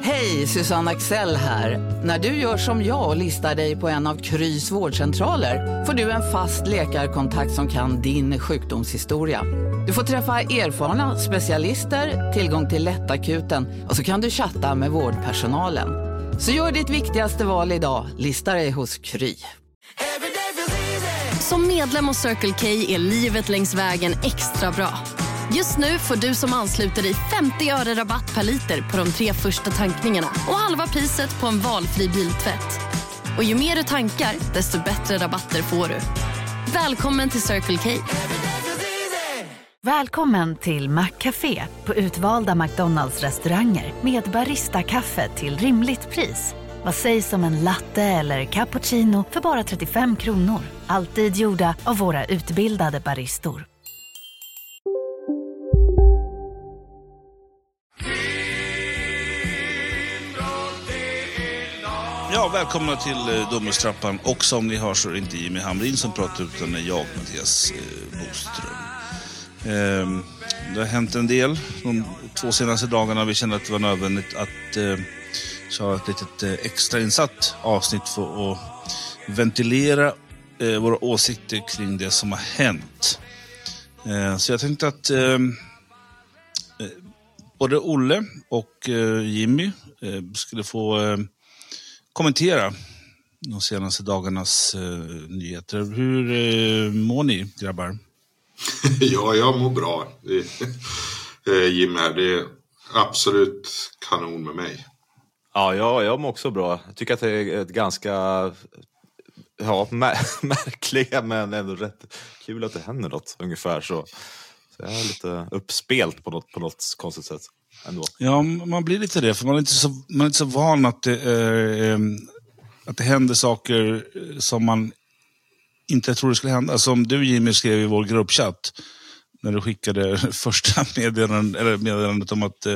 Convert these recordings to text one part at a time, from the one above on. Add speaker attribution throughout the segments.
Speaker 1: Hej, Susanne Axel här. När du gör som jag och listar dig på en av Krys vårdcentraler får du en fast läkarkontakt som kan din sjukdomshistoria. Du får träffa erfarna specialister, tillgång till lättakuten och så kan du chatta med vårdpersonalen. Så gör ditt viktigaste val idag, listar dig hos Kry.
Speaker 2: Som medlem hos Circle K är livet längs vägen extra bra. Just nu får du som ansluter dig 50 öre rabatt per liter på de 3 första tankningarna och halva priset på en valfri biltvätt. Och ju mer du tankar, desto bättre rabatter får du. Välkommen till Circle K.
Speaker 3: Välkommen till McCafé på utvalda McDonalds-restauranger med Barista-kaffe till rimligt pris. Vad sägs om en latte eller cappuccino för bara 35 kronor? Alltid gjorda av våra utbildade baristor.
Speaker 4: Ja, välkomna till Domustrappan. Och som ni hör så är det inte Jimmy Hamrin som pratar utan det är jag, Mattias Boström. Det har hänt en del de 2 senaste dagarna. Vi kände att det var nödvändigt att köra ett litet extrainsatt avsnitt för att ventilera våra åsikter kring det som har hänt. Så jag tänkte att både Olle och Jimmy skulle få kommentera de senaste dagarnas nyheter. Hur mår ni, grabbar?
Speaker 5: Ja, jag mår bra. Jimmy här, det är absolut kanon med mig.
Speaker 6: Ja, jag mår också bra. Jag tycker att det är ett ganska märkliga men ändå rätt kul att det händer något ungefär så jag är lite uppspelt på något konstigt sätt ändå. Ja,
Speaker 4: man blir lite det för man är inte så van att det händer saker som man inte tror det skulle hända. Som du, Jimmy, skrev i vår gruppchatt när du skickade första meddelandet om att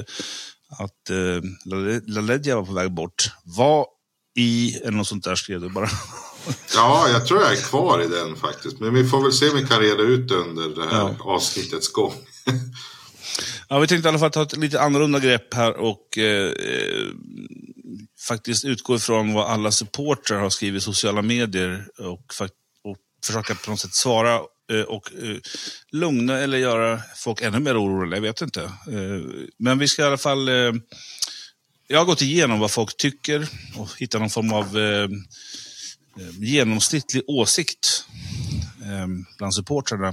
Speaker 4: LaLeggia var på väg bort. Vad i eller något sånt där skrev du bara?
Speaker 5: Ja, jag tror jag är kvar i den faktiskt. Men vi får väl se om vi kan reda ut under det här avsnittets gång.
Speaker 4: Ja, vi tänkte i alla fall ta ett lite annorlunda grepp här och faktiskt utgå ifrån vad alla supportrar har skrivit i sociala medier och försöka på något sätt svara och lugna eller göra folk ännu mer oroliga, jag vet inte. Men vi ska i alla fall... Jag har gått igenom vad folk tycker och hittat någon form av genomsnittlig åsikt bland supportrarna.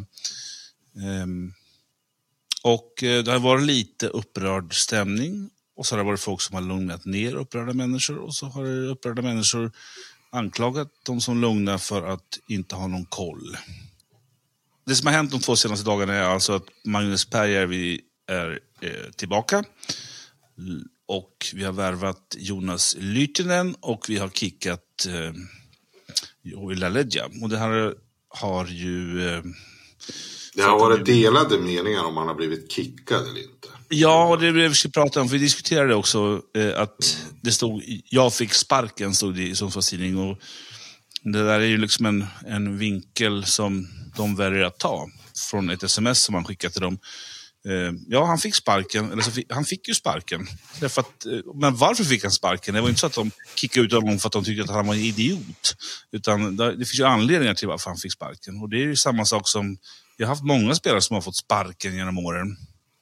Speaker 4: Och det har varit lite upprörd stämning och så har det varit folk som har lugnat ner upprörda människor och så har upprörda människor anklagat de som lugnar för att inte ha någon koll. Det som har hänt de 2 senaste dagarna är alltså att Magnus Pääjärvi är tillbaka och vi har värvat Jonas Lytinen och vi har kickat LaLeggia. Och det här har ju...
Speaker 5: Det har varit delade meningar om han har blivit kickad eller inte.
Speaker 4: Ja, och det är det vi ska prata om. För vi diskuterade också att det stod... Jag fick sparken, stod det i Sundsvalls tidning. Och det där är ju liksom en vinkel som de väljer att ta från ett sms som han skickade till dem. Ja, han fick sparken. Eller han fick ju sparken. Därför att, men varför fick han sparken? Det var inte så att de kickade ut honom för att de tyckte att han var en idiot. Utan det finns ju anledningar till varför han fick sparken. Och det är ju samma sak som... Jag har haft många spelare som har fått sparken genom åren.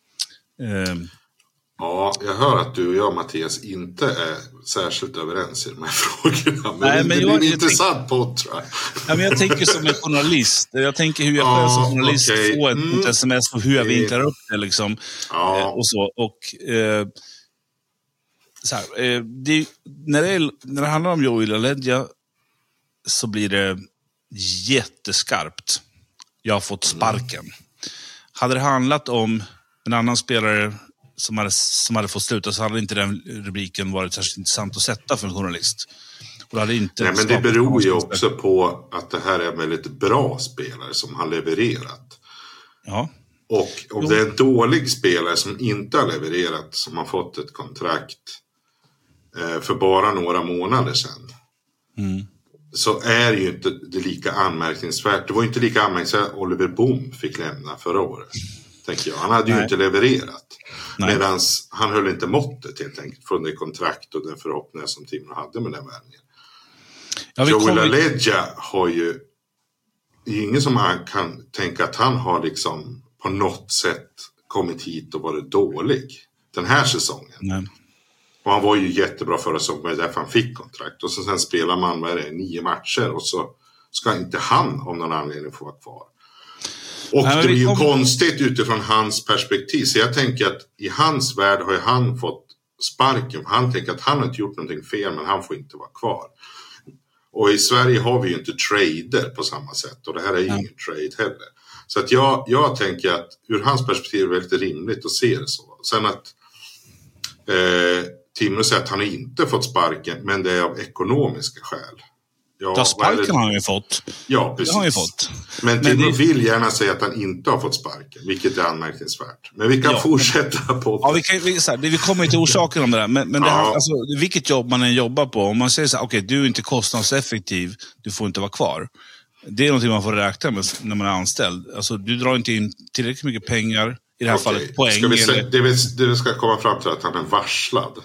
Speaker 5: Ja, jag hör att du och jag, Mattias, inte är särskilt överens i de här frågorna. Men
Speaker 4: nej,
Speaker 5: det blir en intressant podd, tror jag.
Speaker 4: Ja, men jag tänker som en journalist. Jag tänker hur jag själv som journalist får ett sms och hur jag vinklar upp det. Liksom. Och så. Och, så här, när det handlar om Joey LaLeggia så blir det jätteskarpt. Jag har fått sparken. Hade det handlat om en annan spelare som hade fått sluta så hade inte den rubriken varit särskilt intressant att sätta för en journalist. Och det hade inte...
Speaker 5: Nej, men det beror ju också på att det här är en väldigt bra spelare som har levererat.
Speaker 4: Ja.
Speaker 5: Och om det är en dålig spelare som inte har levererat, som har fått ett kontrakt för bara några månader sedan. Så är ju inte det lika anmärkningsvärt. Det var ju inte lika anmärkningsvärt att Oliver Boom fick lämna förra året. tänker jag. Han hade ju inte levererat. Medan han höll inte måttet helt enkelt från det kontrakt och den förhoppning som Timrå hade med den värvningen. Joel LaLeggia har ju ingen som man kan tänka att han har liksom på något sätt kommit hit och varit dålig den här säsongen.
Speaker 4: Nej.
Speaker 5: Och han var ju jättebra förra säsongen därför han fick kontrakt. Och sen spelar man 9 matcher och så ska inte han om någon anledning få vara kvar. Och det är ju konstigt utifrån hans perspektiv. Så jag tänker att i hans värld har ju han fått sparken. Han tänker att han har inte gjort någonting fel men han får inte vara kvar. Och i Sverige har vi ju inte trader på samma sätt. Och det här är ju ingen trade heller. Så att jag tänker att ur hans perspektiv är det väldigt rimligt att se det så. Sen att Timrå säger att han har inte fått sparken men det är av ekonomiska skäl.
Speaker 4: Ja, sparken har han ju fått.
Speaker 5: Ja, precis.
Speaker 4: Det har han ju fått.
Speaker 5: Men Timrå vill gärna säga att han inte har fått sparken, vilket är anmärkningsvärt. Men vi kan fortsätta på det.
Speaker 4: Ja, vi kommer till orsaken om det där. Men det här, alltså, vilket jobb man än jobbar på, om man säger så här, okej, du är inte kostnadseffektiv, du får inte vara kvar. Det är någonting man får räkna med när man är anställd. Alltså, du drar inte in tillräckligt mycket pengar, i det här fallet poäng.
Speaker 5: Det vi ska komma fram till att han är varslad.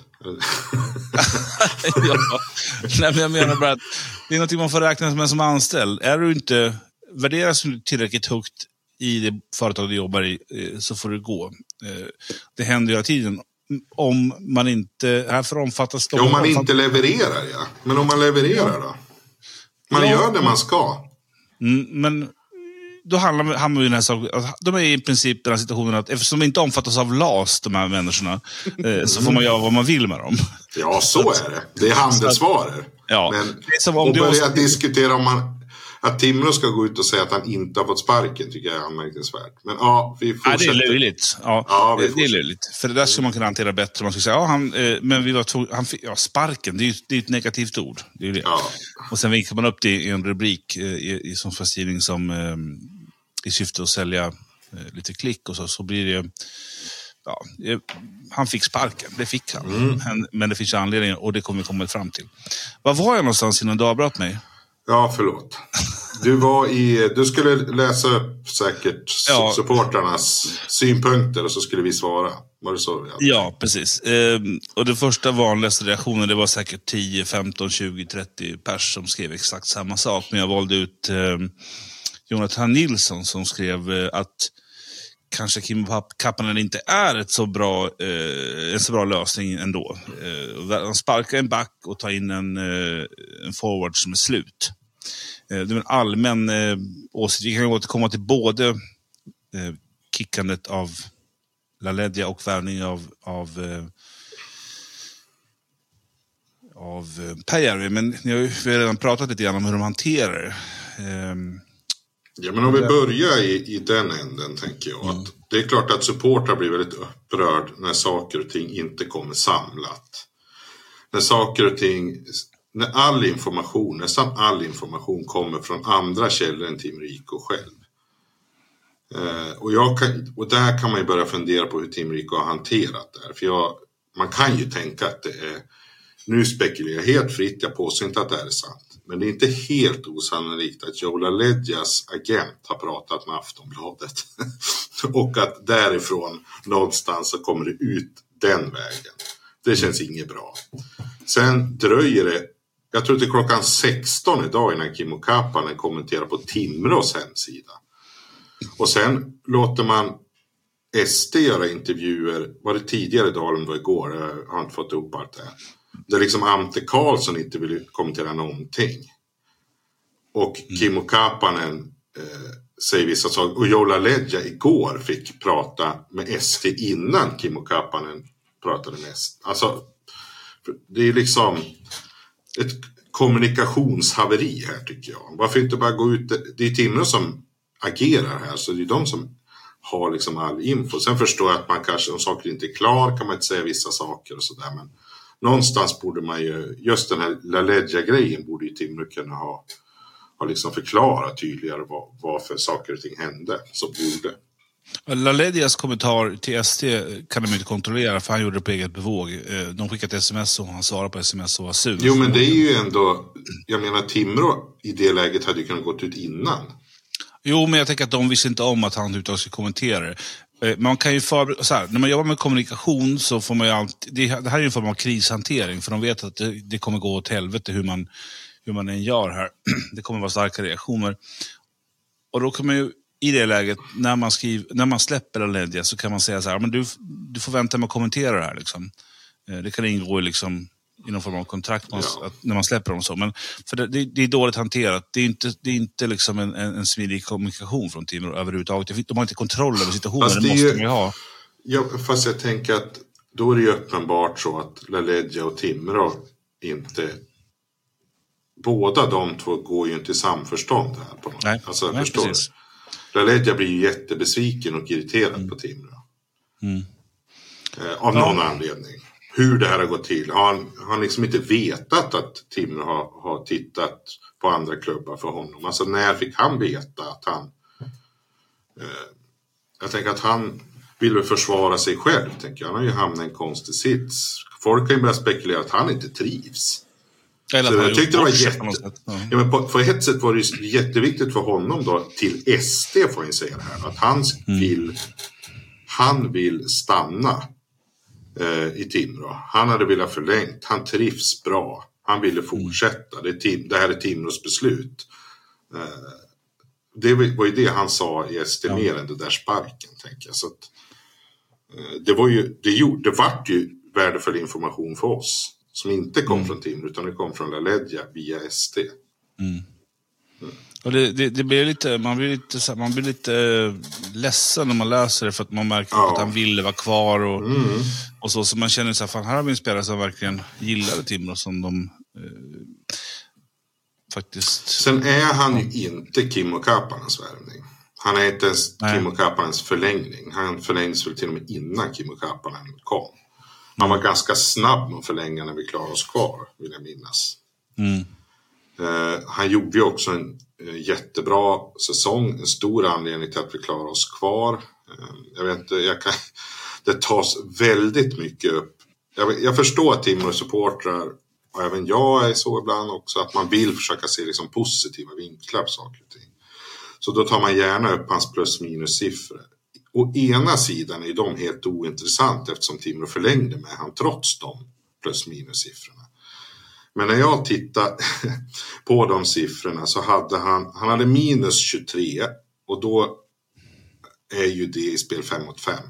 Speaker 4: Nej, men jag menar bara att det är någonting man får räkna med som anställd. Är du inte värderas tillräckligt högt i det företag du jobbar i, så får du gå. Det händer ju hela tiden. Om man inte, här får omfattas...
Speaker 5: Om man inte levererar, ja. Men om man levererar då? Man gör det man ska.
Speaker 4: Men då hamnar vi i den här saken. De är i princip den här situationen att eftersom de inte omfattas av LAS, de här människorna, så får man göra vad man vill med dem.
Speaker 5: Ja, så är det. Det är handelsvaror.
Speaker 4: Ja.
Speaker 5: Men om börja diskutera om att Timrå ska gå ut och säga att han inte har fått sparken tycker jag är anmärkningsvärt. Men vi fortsätter.
Speaker 4: Det är löjligt. Det är löjligt. För det där skulle man kunna hantera bättre. Man skulle säga, men vi var sparken, det är ett negativt ord. Det är det. Ja. Och sen vinkar man upp det i en rubrik i som fastigning som i syfte att sälja lite klick och så blir det han fick sparken, det fick han. Men det finns anledningar och det kommer vi komma fram till. Var var jag någonstans innan du avbröt mig?
Speaker 5: Ja, förlåt. Du skulle läsa upp säkert supportarnas synpunkter och så skulle vi svara. Var det så?
Speaker 4: Ja, precis. Och den första vanligaste reaktionen, det var säkert 10, 15, 20, 30 pers som skrev exakt samma sak. Men jag valde ut Jonathan Nilsson som skrev att kanske Kimmo Kappanen inte är en så bra lösning ändå. Han sparkar en back och tar in en forward som är slut. Det är en allmän åsikt. Vi kan återkomma till både kickandet av LaLeggia och värvning av Pääjärvi. Men vi har redan pratat lite grann om hur de hanterar det.
Speaker 5: Ja, men om vi börjar i den änden tänker jag att det är klart att supportrar blir väldigt upprörd när saker och ting inte kommer samlat. När nästan all information kommer från andra källor än Team Rico själv. Och där kan man ju börja fundera på hur Team Rico har hanterat det här. För man kan ju tänka att det är, nu spekulerar jag helt fritt, jag påstår inte att det är sant. Men det är inte helt osannolikt att Joel LaLeggias agent har pratat med Aftonbladet. Och att därifrån någonstans så kommer det ut den vägen. Det känns inget bra. Sen dröjer det, jag tror det är klockan 16 idag innan Kimmo Kappanen kommenterar på Timrås hemsida. Och sen låter man SD göra intervjuer, var det tidigare idag eller var det igår, jag har inte fått ihop allt det här. Där liksom Ante Karlsson inte vill kommentera någonting. Och Kimmo Kappanen säger vissa saker. Och Joel LaLeggia igår fick prata med SD innan Kimmo Kappanen pratade med SD. Alltså, det är liksom ett kommunikationshaveri här tycker jag. Varför inte bara gå ut, det är Timrå som agerar här. Så det är de som har liksom all info. Sen förstår jag att man kanske, om saker inte är klar kan man inte säga vissa saker och sådär. Men någonstans borde man ju, just den här LaLeggia-grejen borde ju Timrå kunna ha liksom förklarat tydligare varför saker och ting hände. Så borde.
Speaker 4: LaLeggias kommentar till SD kan de inte kontrollera för han gjorde det på eget bevåg. De skickade ett sms och han svarade på sms och var sur.
Speaker 5: Jo, men det är ju ändå, jag menar Timrå i det läget hade ju kunnat gått ut innan.
Speaker 4: Jo, men jag tänker att de visste inte om att han uttaget skulle kommentera det. Man kan ju så här, när man jobbar med kommunikation så får man ju alltid, det här är ju en form av krishantering, för de vet att det kommer gå åt helvete hur man än gör här. Det kommer vara starka reaktioner. Och då kan man ju i det läget, när man släpper LaLeggia, så kan man säga så här, men du får vänta med att kommentera det här liksom. Det kan ingå i någon form av kontrakt när man släpper dem så. Men för det är dåligt hanterat. Det är inte liksom en smidig kommunikation från Timrå överhuvudtaget. De har inte kontroll över situationen, det måste de ju ha.
Speaker 5: Ja, fast jag tänker att då är det ju uppenbart så att LaLeggia och Timrå inte... Båda de två går ju inte i samförstånd här på något.
Speaker 4: Nej,
Speaker 5: alltså,
Speaker 4: nej,
Speaker 5: förstår
Speaker 4: precis.
Speaker 5: du? LaLeggia blir ju jättebesviken och irriterad på Timrå. Av någon anledning. Hur det här har gått till. Han liksom inte vetat att Timrå har tittat på andra klubbar för honom. Alltså när fick han veta att han... jag tänker att han vill försvara sig själv. Tänker jag. Han har ju hamnat i en konstig sits. Folk kan ju börja spekulera att han inte trivs.
Speaker 4: Eller
Speaker 5: så jag tyckte det var
Speaker 4: men
Speaker 5: på ett sätt var det jätteviktigt för honom då, till SD får jag säga det här, att han vill stanna i Timrå. Han hade velat förlängt, han trivs bra, han ville fortsätta. Det här är Timrås beslut. Det var ju det han sa i SD mer än det där sparken, tänker jag. Så att, det vart ju värdefull information för oss. Som inte kom från Timrå, utan det kom från LaLeggia via SD.
Speaker 4: Och det blir lite, man blir lite ledsen när man läser det, för att man märker att han ville vara kvar och så man känner så här, fan, här har vi en spelare som verkligen gillade Timrå, som de faktiskt... Sen
Speaker 5: är han ju inte Kimmo Kapanens värvning. Han är inte ens Kimmo Kapanens förlängning. Han förlängdes väl till och med innan Kimmo Kapanen kom. Han var ganska snabb med att förlänga när vi klarade oss kvar, vill jag minnas. Han gjorde ju också en jättebra säsong. En stor anledning till att vi klarade oss kvar. Jag vet inte, det tas väldigt mycket upp. Jag förstår att Timrå-supportrar, och även jag är så ibland också, att man vill försöka se liksom positiva vinklar på saker och ting. Så då tar man gärna upp hans plus-minus-siffror. Å ena sidan är de helt ointressant, eftersom Timrå förlängde med han trots de plus-minus-siffrorna. Men när jag tittar på de siffrorna så hade han hade minus 23, och då är ju det i spel 5 mot 5.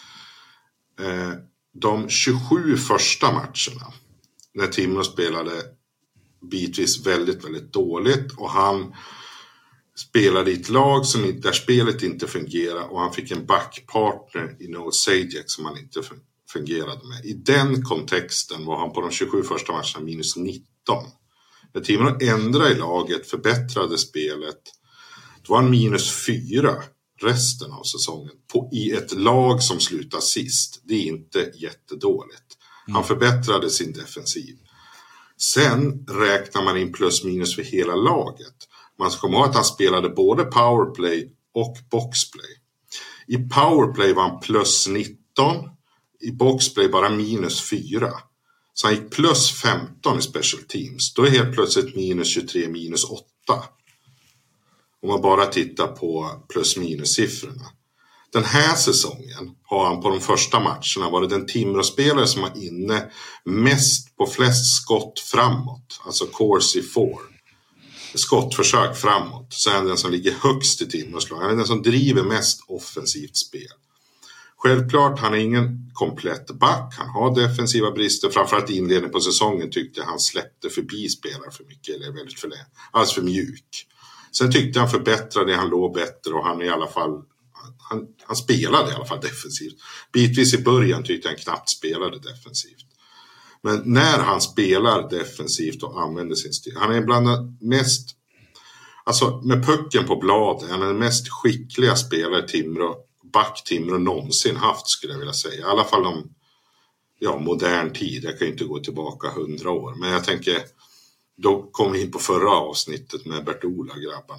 Speaker 5: De 27 första matcherna när Timrå spelade bitvis väldigt, väldigt dåligt, och han spelade i ett lag där spelet inte fungerade, och han fick en backpartner i Noah Sajek som han inte fungerade med. I den kontexten var han på de 27 första matcherna minus 19. När Timrå ändrade i laget, förbättrade spelet, då var han minus 4 resten av säsongen i ett lag som slutar sist. Det är inte jättedåligt. Han förbättrade sin defensiv. Sen räknar man in plus minus för hela laget. Man ska komma ihåg att han spelade både powerplay och boxplay. I powerplay var han plus 19. I boxplay bara minus 4. Så han gick plus 15 i special teams. Då är helt plötsligt minus 23, minus 8. Om man bara tittar på plus minus siffrorna. Den här säsongen har han på de första matcherna varit den Timrå-spelare som var inne mest på flest skott framåt. Alltså Corsi 4. Skottförsök framåt. Så är han den som ligger högst i Timrås lag. Han är den som driver mest offensivt spel. Självklart, han är ingen komplett back. Han har defensiva brister. Framförallt i inledningen på säsongen tyckte jag han släppte förbi spelare för mycket. Eller väldigt alldeles för mjuk. Sen tyckte han förbättrade, han låg bättre, och han i alla fall... Han spelade i alla fall defensivt. Bitvis i början tyckte han knappt spelade defensivt. Men när han spelar defensivt och använder sin styrka, han är bland de mest, alltså med pucken på bladet, han är den mest skickliga spelare Timrå någonsin haft, skulle jag vilja säga. I alla fall om modern tid. Jag kan ju inte gå tillbaka 100 år. Men jag tänker, då kom vi in på förra avsnittet med Bert-Ola grabbarna.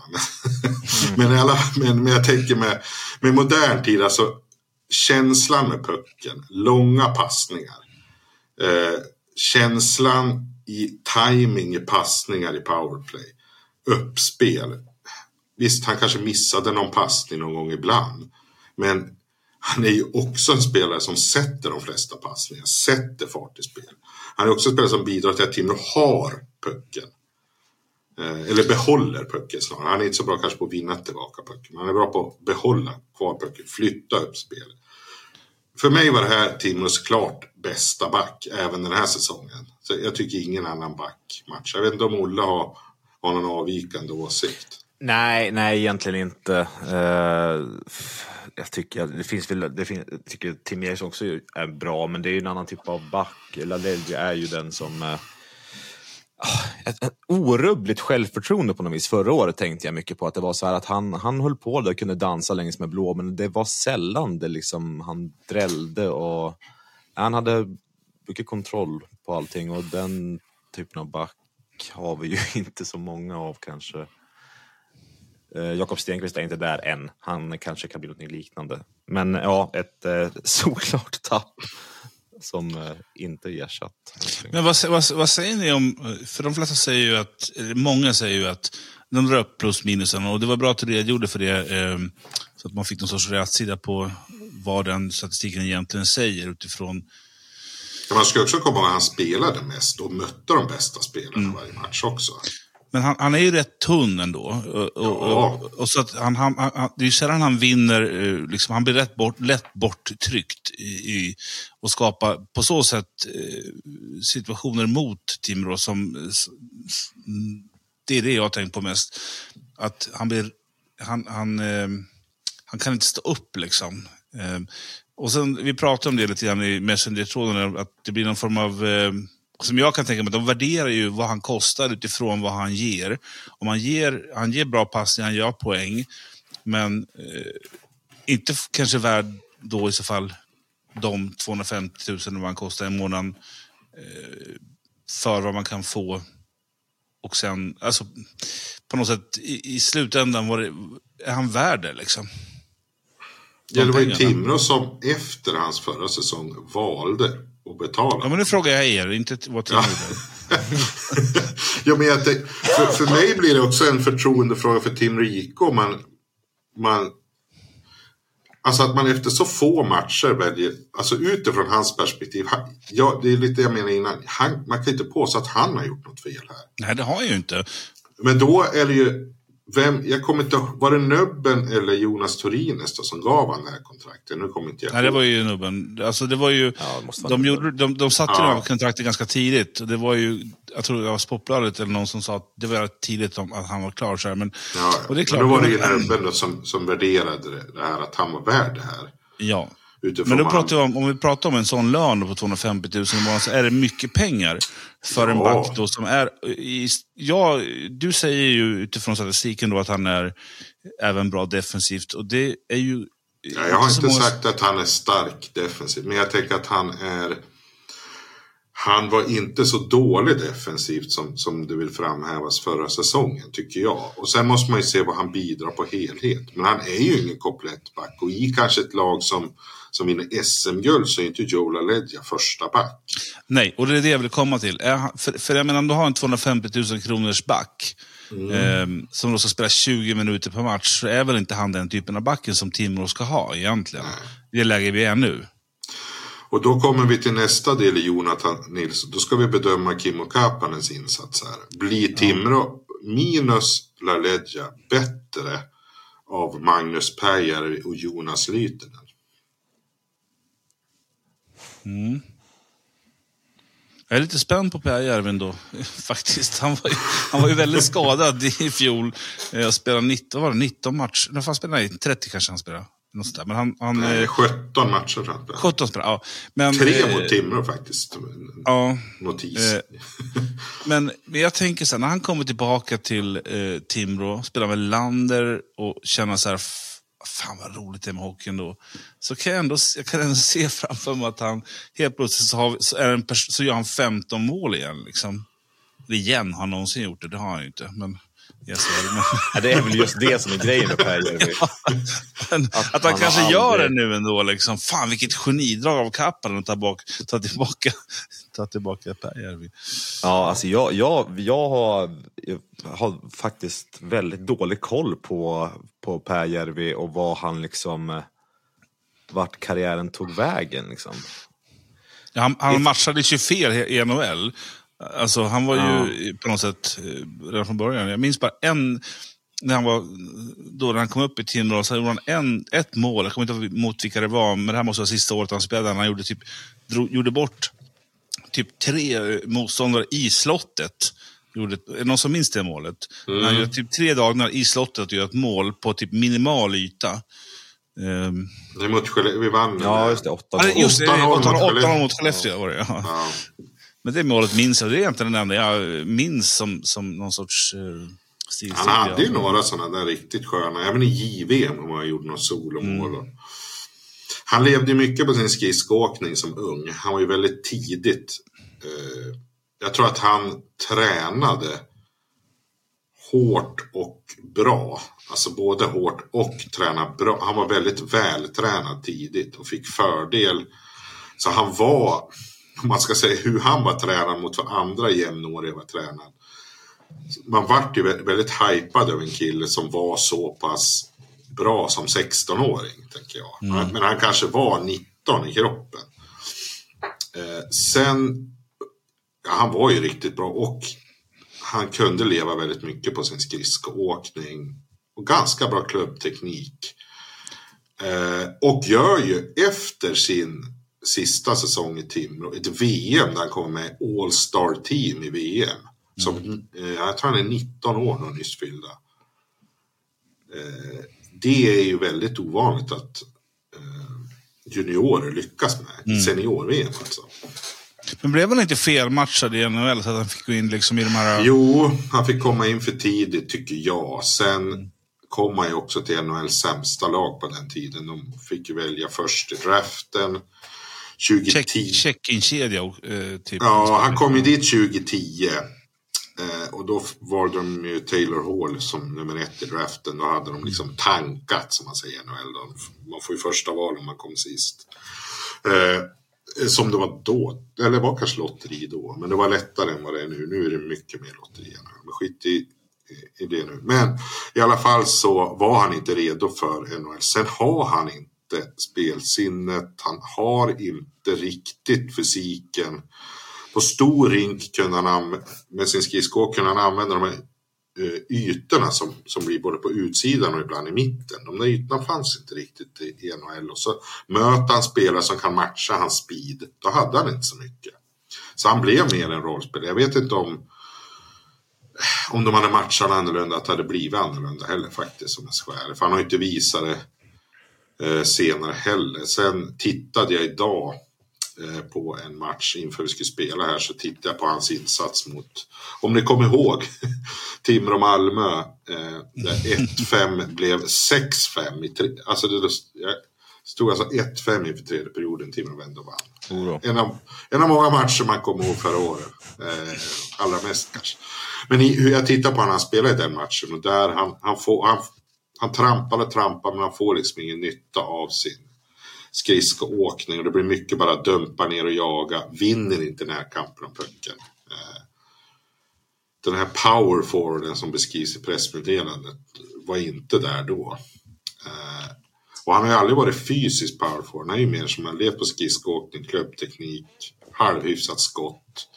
Speaker 5: Men jag tänker med modern tid, alltså känslan med pucken, långa passningar. Känslan i timing i passningar i powerplay, uppspel. Visst, han kanske missade någon passning någon gång ibland, men Han är ju också en spelare som sätter de flesta passningar, sätter fart i spel. Han är också en spelare som bidrar till att Timrå har pucken. Eller behåller pucken snarare. Han är inte så bra kanske på att vinna tillbaka pucken. Men han är bra på att behålla kvar pucken, flytta upp spelet. För mig var det här Timrås klart bästa back även den här säsongen. Så jag tycker ingen annan back match. Jag vet inte om Olle har någon avvikande åsikt.
Speaker 6: Nej, egentligen inte. Jag tycker Tim Eriksson också är bra, men det är ju en annan typ av back. LaLeggia är ju den som ett orubbligt självförtroende på något vis. Förra året tänkte jag mycket på att det var så här att han höll på där och kunde dansa längs med blå, men det var sällan det liksom han drällde och han hade mycket kontroll på allting, och den typen av back har vi ju inte så många av kanske. Jakob Stenqvist är inte där än. Han kanske kan bli något liknande. Men ja, ett såklart tapp som inte ersatt.
Speaker 4: Men vad säger ni om, för de flesta säger ju att, många säger ju att de drar upp plus minusen, och det var bra att du redogjorde för det, så att man fick någon sorts rätsida på vad den statistiken egentligen säger utifrån.
Speaker 5: Man ska också komma ihåg att han spelade mest och mötte de bästa spelarna varje match också.
Speaker 4: Men han är ju rätt tunn ändå. Och så att det är ju sällan han vinner, liksom, han blir lätt borttryckt och skapar på så sätt situationer mot Timrå som det är det jag har tänkt på mest. Att han kan inte stå upp liksom. Och sen, vi pratade om det lite grann i Messenger-tråden, att det blir någon form av som jag kan tänka mig, de värderar ju vad han kostar utifrån vad han ger. Om han ger bra passning, han gör poäng, men inte kanske värd då i så fall de 250 000 vad han kostar i månaden för vad man kan få. Och sen, alltså på något sätt i slutändan är han värd det liksom.
Speaker 5: Ja, det var ju Timrå som efter hans förra säsong valde att betala.
Speaker 4: Ja, men nu frågar jag er, inte vad Timrå
Speaker 5: Ja, men för mig blir det också en förtroendefråga för Timrå IK. Alltså att man efter så få matcher väljer, alltså utifrån hans perspektiv, det är lite jag menar innan, man kan inte påstå att han har gjort något fel här.
Speaker 4: Nej, det har han ju inte. Men
Speaker 5: då är det ju, jag kommer inte ihåg, var det Nubben eller Jonas Torines då som gav han det här kontraktet? Nu kommer inte jag ihåg.
Speaker 4: Nej, det var ju Nubben. Alltså det var ju, de satte ju det här kontraktet ganska tidigt. Det var ju, jag tror det var Sportbladet eller någon som sa att det var tidigt att han var klar så här. Men, och det är klart,
Speaker 5: då var det ju Nubben då som värderade det här, att han var värd det här.
Speaker 4: Ja. Men då pratar vi om vi pratar om en sån lön på 250 000 i månaden, så är det mycket pengar för en back då som är du säger ju utifrån statistiken då att han är även bra defensivt, och det är ju
Speaker 5: jag har inte sagt att han är stark defensivt, men jag tänker att han var inte så dålig defensivt som det vill framhävas förra säsongen, tycker jag. Och sen måste man ju se vad han bidrar på helhet. Men han är ju ingen komplettback, och i kanske ett lag som vinner SM-guld så är inte Joe LaLeggia första back.
Speaker 4: Nej, och det är det jag vill komma till. För jag menar, om du har en 250 000 kronors back som då ska spela 20 minuter per match, så är väl inte han den typen av backen som Timrå ska ha egentligen. Det läge vi är nu.
Speaker 5: Och då kommer vi till nästa del i Jonathan Nilsson. Då ska vi bedöma Kimmo Kapanens insats här. Blir Timrå minus LaLeggia bättre av Magnus Pääjärvi och Jonas Lytinen?
Speaker 4: Jag är lite spänd på Pääjärvi då, faktiskt. Han var ju väldigt skadad i fjol. Jag spelade 19 matcher. När fan spelade han? 30 kanske han spelade. Men han
Speaker 5: 17 matcher tror jag.
Speaker 4: 17 spelare, ja. Men
Speaker 5: 3 mot Timrå faktiskt.
Speaker 4: Ja.
Speaker 5: Notis.
Speaker 4: Men jag tänker så här, när han kommer tillbaka till Timrå, spelar med Lander och känner så här, fan vad roligt det är med hockeyn då. Så kan jag ändå se framför mig att han helt plötsligt så gör han 15 mål igen liksom. Igen har han någonsin gjort det har han ju inte, men
Speaker 6: det är väl just det som är grejen med Pääjärvi.
Speaker 4: Att han kanske gör det nu ändå liksom. Fan vilket genidrag av Kapanen att ta tillbaka Pääjärvi.
Speaker 6: Ja, alltså jag har faktiskt väldigt dålig koll på Pääjärvi och vad han liksom vart karriären tog vägen liksom.
Speaker 4: Ja, han matchade ju fel i NHL. Alltså han var ju på något sätt redan från början. Jag minns bara när han kom upp i Timrå så gjorde han ett mål. Jag kommer inte ihåg mot vilka det var, men det här måste vara sista året han spelade. Han gjorde bort typ 3 motståndare i slottet. Någon som minns det målet. Han gjorde typ 3 dagar i slottet och gjorde ett mål på typ minimal yta.
Speaker 5: Det mot vi vann.
Speaker 6: Ja, just det.
Speaker 4: 8-0 mot Skellefteå var det. Ja. Men det målet minns jag. Det är egentligen den enda jag minns som någon sorts stilserie.
Speaker 5: Han hade ju några sådana där riktigt sköna. Även i JVM har han gjort några solomål. Han levde mycket på sin skridskoåkning som ung. Han var ju väldigt tidigt. Jag tror att han tränade hårt och bra. Alltså både hårt och träna bra. Han var väldigt vältränad tidigt och fick fördel. Så han var, om man ska säga hur han var tränad mot vad andra jämnåriga var tränad. Man vart ju väldigt hypad av en kille som var så pass bra som 16-åring, tänker jag. Men han kanske var 19 i kroppen. Han var ju riktigt bra och han kunde leva väldigt mycket på sin skridskoåkning och ganska bra klubbteknik. Och gör ju efter sin sista säsong i Timrå ett VM där han kommer med All-Star Team i VM. Som, jag tror han är 19 år och nyss fyllda. Det är ju väldigt ovanligt att juniorer lyckas med. Senior-VM alltså.
Speaker 4: Men blev han inte felmatchad i NHL så att han fick gå in liksom i de här...
Speaker 5: Jo, han fick komma in för tidigt tycker jag. Sen kom han ju också till NHLs sämsta lag på den tiden. De fick ju välja först i draften 2010.
Speaker 4: Check-in-kedja typ.
Speaker 5: Ja, han kom ju dit 2010. Och då valde de ju Taylor Hall som nummer 1 i draften. Då hade de liksom tankat, som man säger i NHL. Man får ju första val om man kom sist. Som det var då. Eller var kanske lotteri då. Men det var lättare än vad det är nu. Nu är det mycket mer lotteri. Men skit i det nu. Men i alla fall så var han inte redo för NHL. Sen har han inte spelsinnet. Han har inte riktigt fysiken. På stor rink kunde han med sin skridsko kunde han använda de här ytorna som blir både på utsidan och ibland i mitten. De där ytorna fanns inte riktigt i NHL. Och så möter han spelare som kan matcha hans speed. Då hade han inte så mycket. Så han blev mer en rollspelare. Jag vet inte om de hade matchat annorlunda att det hade blivit annorlunda heller faktiskt som en skär. För han har inte visat det senare heller. Sen tittade jag idag på en match inför vi skulle spela här, så tittade jag på hans insats mot, om ni kommer ihåg Timrå Malmö där 1-5 blev 6-5 i alltså det stod alltså 1-5 inför tredje perioden. Timrå vände och vann. En av många matcher man kommer ihåg förra året, allra mest kanske. Men hur jag tittar på han spelar i den matchen, och där han trampar men han får liksom ingen nytta av sin skridskoåkning, och det blir mycket bara dumpa ner och jaga, vinner inte närkampen om pucken. Den här power forwarden som beskrivs i pressmeddelandet var inte där då. Och han har ju aldrig varit fysiskt power forward. Han är ju mer som en levt på skridskoåkning, klubbteknik, halvhyfsat skott.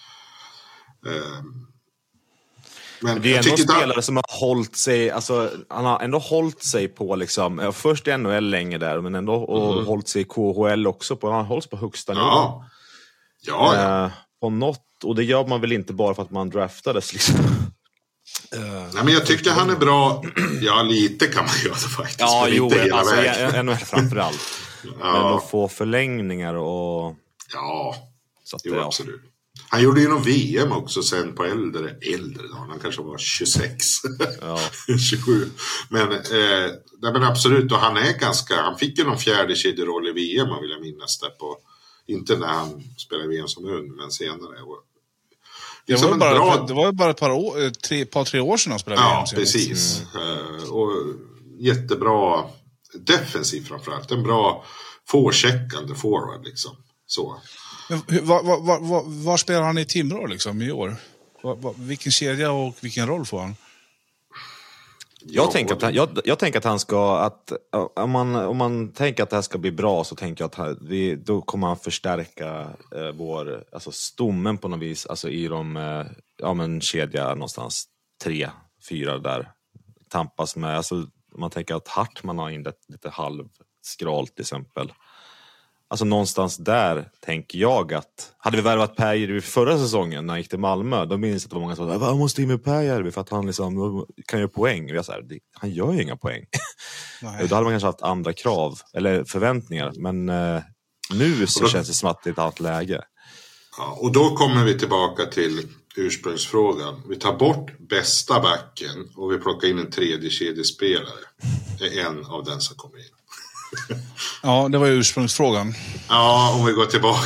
Speaker 6: Men det är ändå spelare som har hållit sig, alltså han har ändå hållit sig på liksom, först i NHL länge där, men ändå och hållit sig i KHL också, han hålls på högsta nivå. Ja. På något, och det gör man väl inte bara för att man draftades liksom.
Speaker 5: Nej, men jag tycker han är bra. Ja, lite kan man göra faktiskt.
Speaker 6: Ja, jo,
Speaker 5: inte hela
Speaker 6: alltså
Speaker 5: vägen.
Speaker 6: NHL framförallt. Men att få förlängningar och...
Speaker 5: Ja,
Speaker 6: så att,
Speaker 5: jo, absolut. Han gjorde ju någon VM också sen på äldre dagar. Han kanske var 26. Ja. 27. Men absolut, och han fick ju någon fjärde kedjeroll i VM, man vill jag minnas där på. Inte när han spelade VM som ung, men senare.
Speaker 4: Det var ju bara ett par tre år sedan han spelade VM.
Speaker 5: Ja, precis. Och jättebra defensiv framförallt. En bra forecheckande forward liksom. Så.
Speaker 4: Men var spelar han i Timrå liksom i år? Vilken kedja och vilken roll får han?
Speaker 6: Jag tänker att han ska, att om man tänker att det här ska bli bra, så tänker jag att då kommer han förstärka vår, alltså stommen på något vis, alltså i de kedja någonstans 3-4 där tampas med, alltså om man tänker att Hartman har inlett lite halvskralt till exempel. Alltså någonstans där tänker jag att hade vi värvat Per förra säsongen när han gick till Malmö, då minns jag att det var många som sa vad måste in med Per för att han liksom kan göra poäng. Jag sa, han gör ju inga poäng. Då hade man kanske haft andra krav eller förväntningar, men nu så känns det som att det är ett annat läge.
Speaker 5: Ja, och då kommer vi tillbaka till ursprungsfrågan. Vi tar bort bästa backen och vi plockar in en tredje kedjespelare. Det är en av den som kommer in.
Speaker 4: Ja, det var ju ursprungsfrågan.
Speaker 5: Ja, om vi går tillbaka.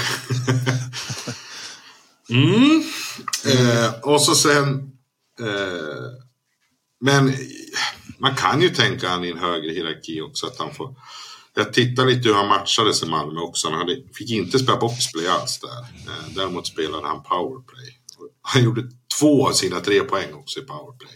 Speaker 5: Och så sen... men man kan ju tänka han i en högre hierarki också. Att han får... Jag tittar lite hur han matchades i Malmö också. Han fick inte spela boxplay alls där. Däremot spelade han powerplay. Han gjorde 2 av sina 3 poäng också i powerplay.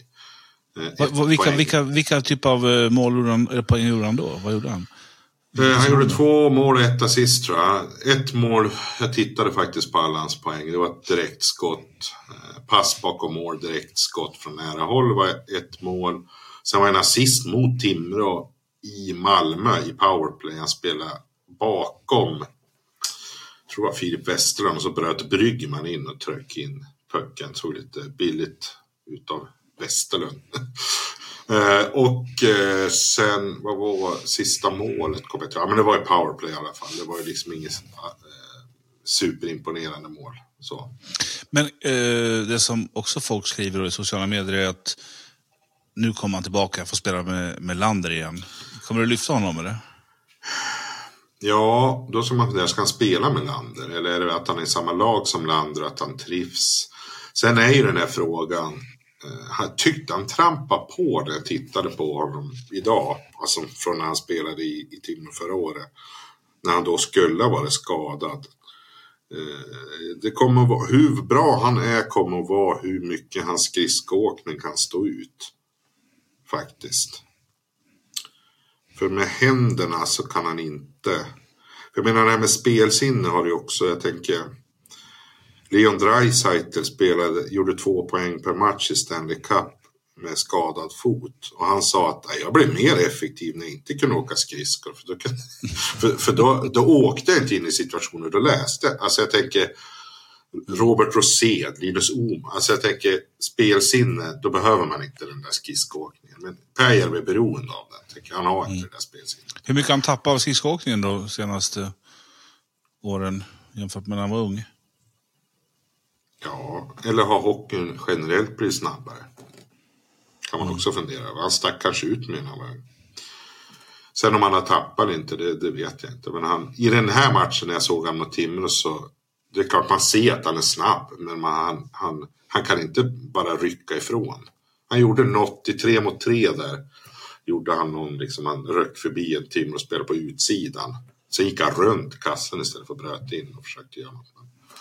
Speaker 4: Vilka typ av poäng gjorde han då? Vad gjorde han?
Speaker 5: Han gjorde 2 mål och 1 assist, tror jag. 1 mål, jag tittade faktiskt på alla hans poäng. Det var ett direkt skott. Pass bakom mål, direkt skott från nära håll var 1 mål. Sen var en assist mot Timrå i Malmö i powerplay. Han spelade bakom, jag tror det var Filip Westerlund, och så bröt Bryggman in och tryckte in pucken. Såg lite billigt utav Westerlund. Och sen, vad var sista målet? Ja, men det var ju powerplay i alla fall. Det var ju liksom inget superimponerande mål. Så.
Speaker 4: Men det som också folk skriver i sociala medier är att nu kommer han tillbaka för att spela med Lander igen. Kommer du lyfta honom eller?
Speaker 5: Ja, då som man fundera, ska han spela med Lander? Eller är det att han är i samma lag som Lander och att han trivs? Sen är ju den här frågan, han tyckte han trampade på det. Jag tittade på honom idag, alltså från när han spelade i Timrå förra året, när han då skulle vara skadad. Det kommer att vara, hur bra han är kommer att vara hur mycket hans skridskoåkning kan stå ut faktiskt. För med händerna så kan han inte, jag menar det här med spelsinne har det också, jag tänker Leon Draisaitl gjorde 2 poäng per match i Stanley Cup med skadad fot. Och han sa att jag blev mer effektiv när jag inte kunde åka skridskor. För då åkte jag inte in i situationer, då läste jag. Alltså jag tänker Robert Rosén, Linus Ohm. Alltså jag tänker spelsinne, då behöver man inte den där skridskoåkningen. Men Per är beroende av den. Han har inte det där spelsinnet.
Speaker 4: Hur mycket han tappade av skridskoåkningen då senaste åren jämfört med när han var ung?
Speaker 5: Ja, eller har hockeyn generellt blivit snabbare? Kan man också fundera. Han stack kanske ut med den. Sen om han har tappat inte, det vet jag inte. Men i den här matchen när jag såg han mot Timrå, så det är klart man ser att han är snabb. Men han kan inte bara rycka ifrån. Han gjorde något i 3-mot-3 där. Gjorde han någon, liksom, han röck förbi en Timrå och spelade på utsidan. Sen gick han runt kassen istället för att bröt in och försökte göra något.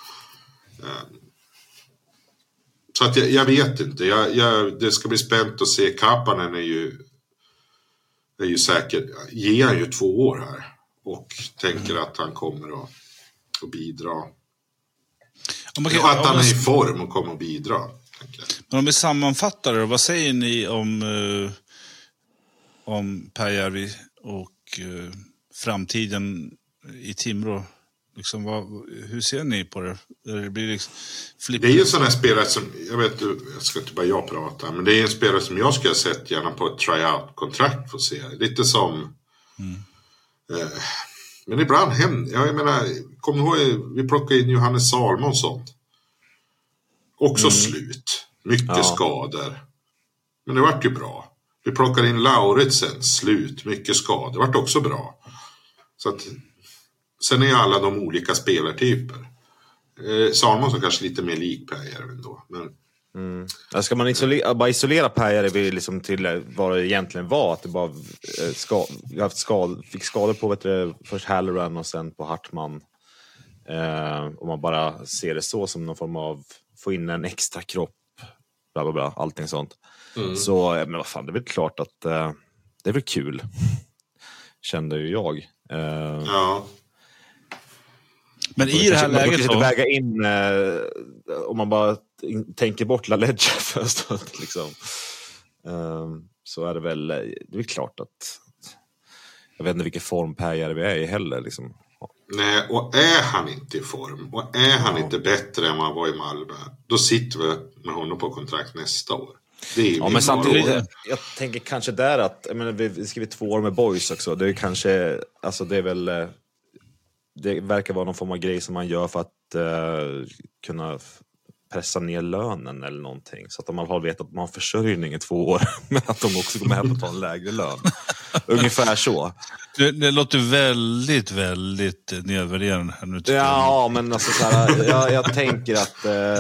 Speaker 5: Så att jag vet inte. Det ska bli spänt att se. Kapanen är ju säker. Ger han ju 2 år här. Och tänker att han kommer att bidra. Att han är i form och kommer att bidra.
Speaker 4: Men om vi sammanfattar det, vad säger ni om Pääjärvi och framtiden i Timrå? Liksom, hur ser ni på det? Det blir liksom
Speaker 5: det är ju sådana spelare som, jag ska inte bara jag prata, men det är en spelare som jag skulle ha sett gärna på ett tryout-kontrakt för att se. Lite som men ibland jag menar, kom ihåg, vi plockade in Johannes Salmonsson. Också slut. Mycket skador. Men det vart ju bra. Vi plockade in Lauritsen, slut, mycket skador. Det vart också bra. Så att sen är alla de olika spelartyper. Salmonsson kanske lite mer lik Pääjärvi då. Men...
Speaker 6: Ska man bara isolera Pääjärvi liksom till vad det egentligen var? Att det bara fick skador på först Halloran och sen på Hartman. Om man bara ser det så som någon form av få in en extra kropp bla bla bla, allting sånt. Så, men vad fan, det är väl klart att det är väl kul. Kände ju jag.
Speaker 5: Ja.
Speaker 4: Men i det här läget
Speaker 6: så... väga in, om man bara tänker bort La Ledge först, liksom. Så är det väl, det är klart att jag vet inte vilken form Per Järvi är i heller, liksom.
Speaker 5: Nej, och är han inte i form och är han inte bättre än man var i Malmö, då sitter vi med honom på kontrakt nästa år. Det är
Speaker 6: men samtidigt, jag tänker kanske där att, jag menar, vi skriver 2 år med boys också. Det är kanske, alltså det är väl, det verkar vara någon form av grej som man gör för att kunna pressa ner lönen eller någonting. Så att de har vetat att man har försörjning i 2 år, men att de också kommer hem och ta en lägre lön. Ungefär så. Det
Speaker 4: låter väldigt, väldigt nedvärderande här nu.
Speaker 6: Ja, men alltså så här, jag tänker att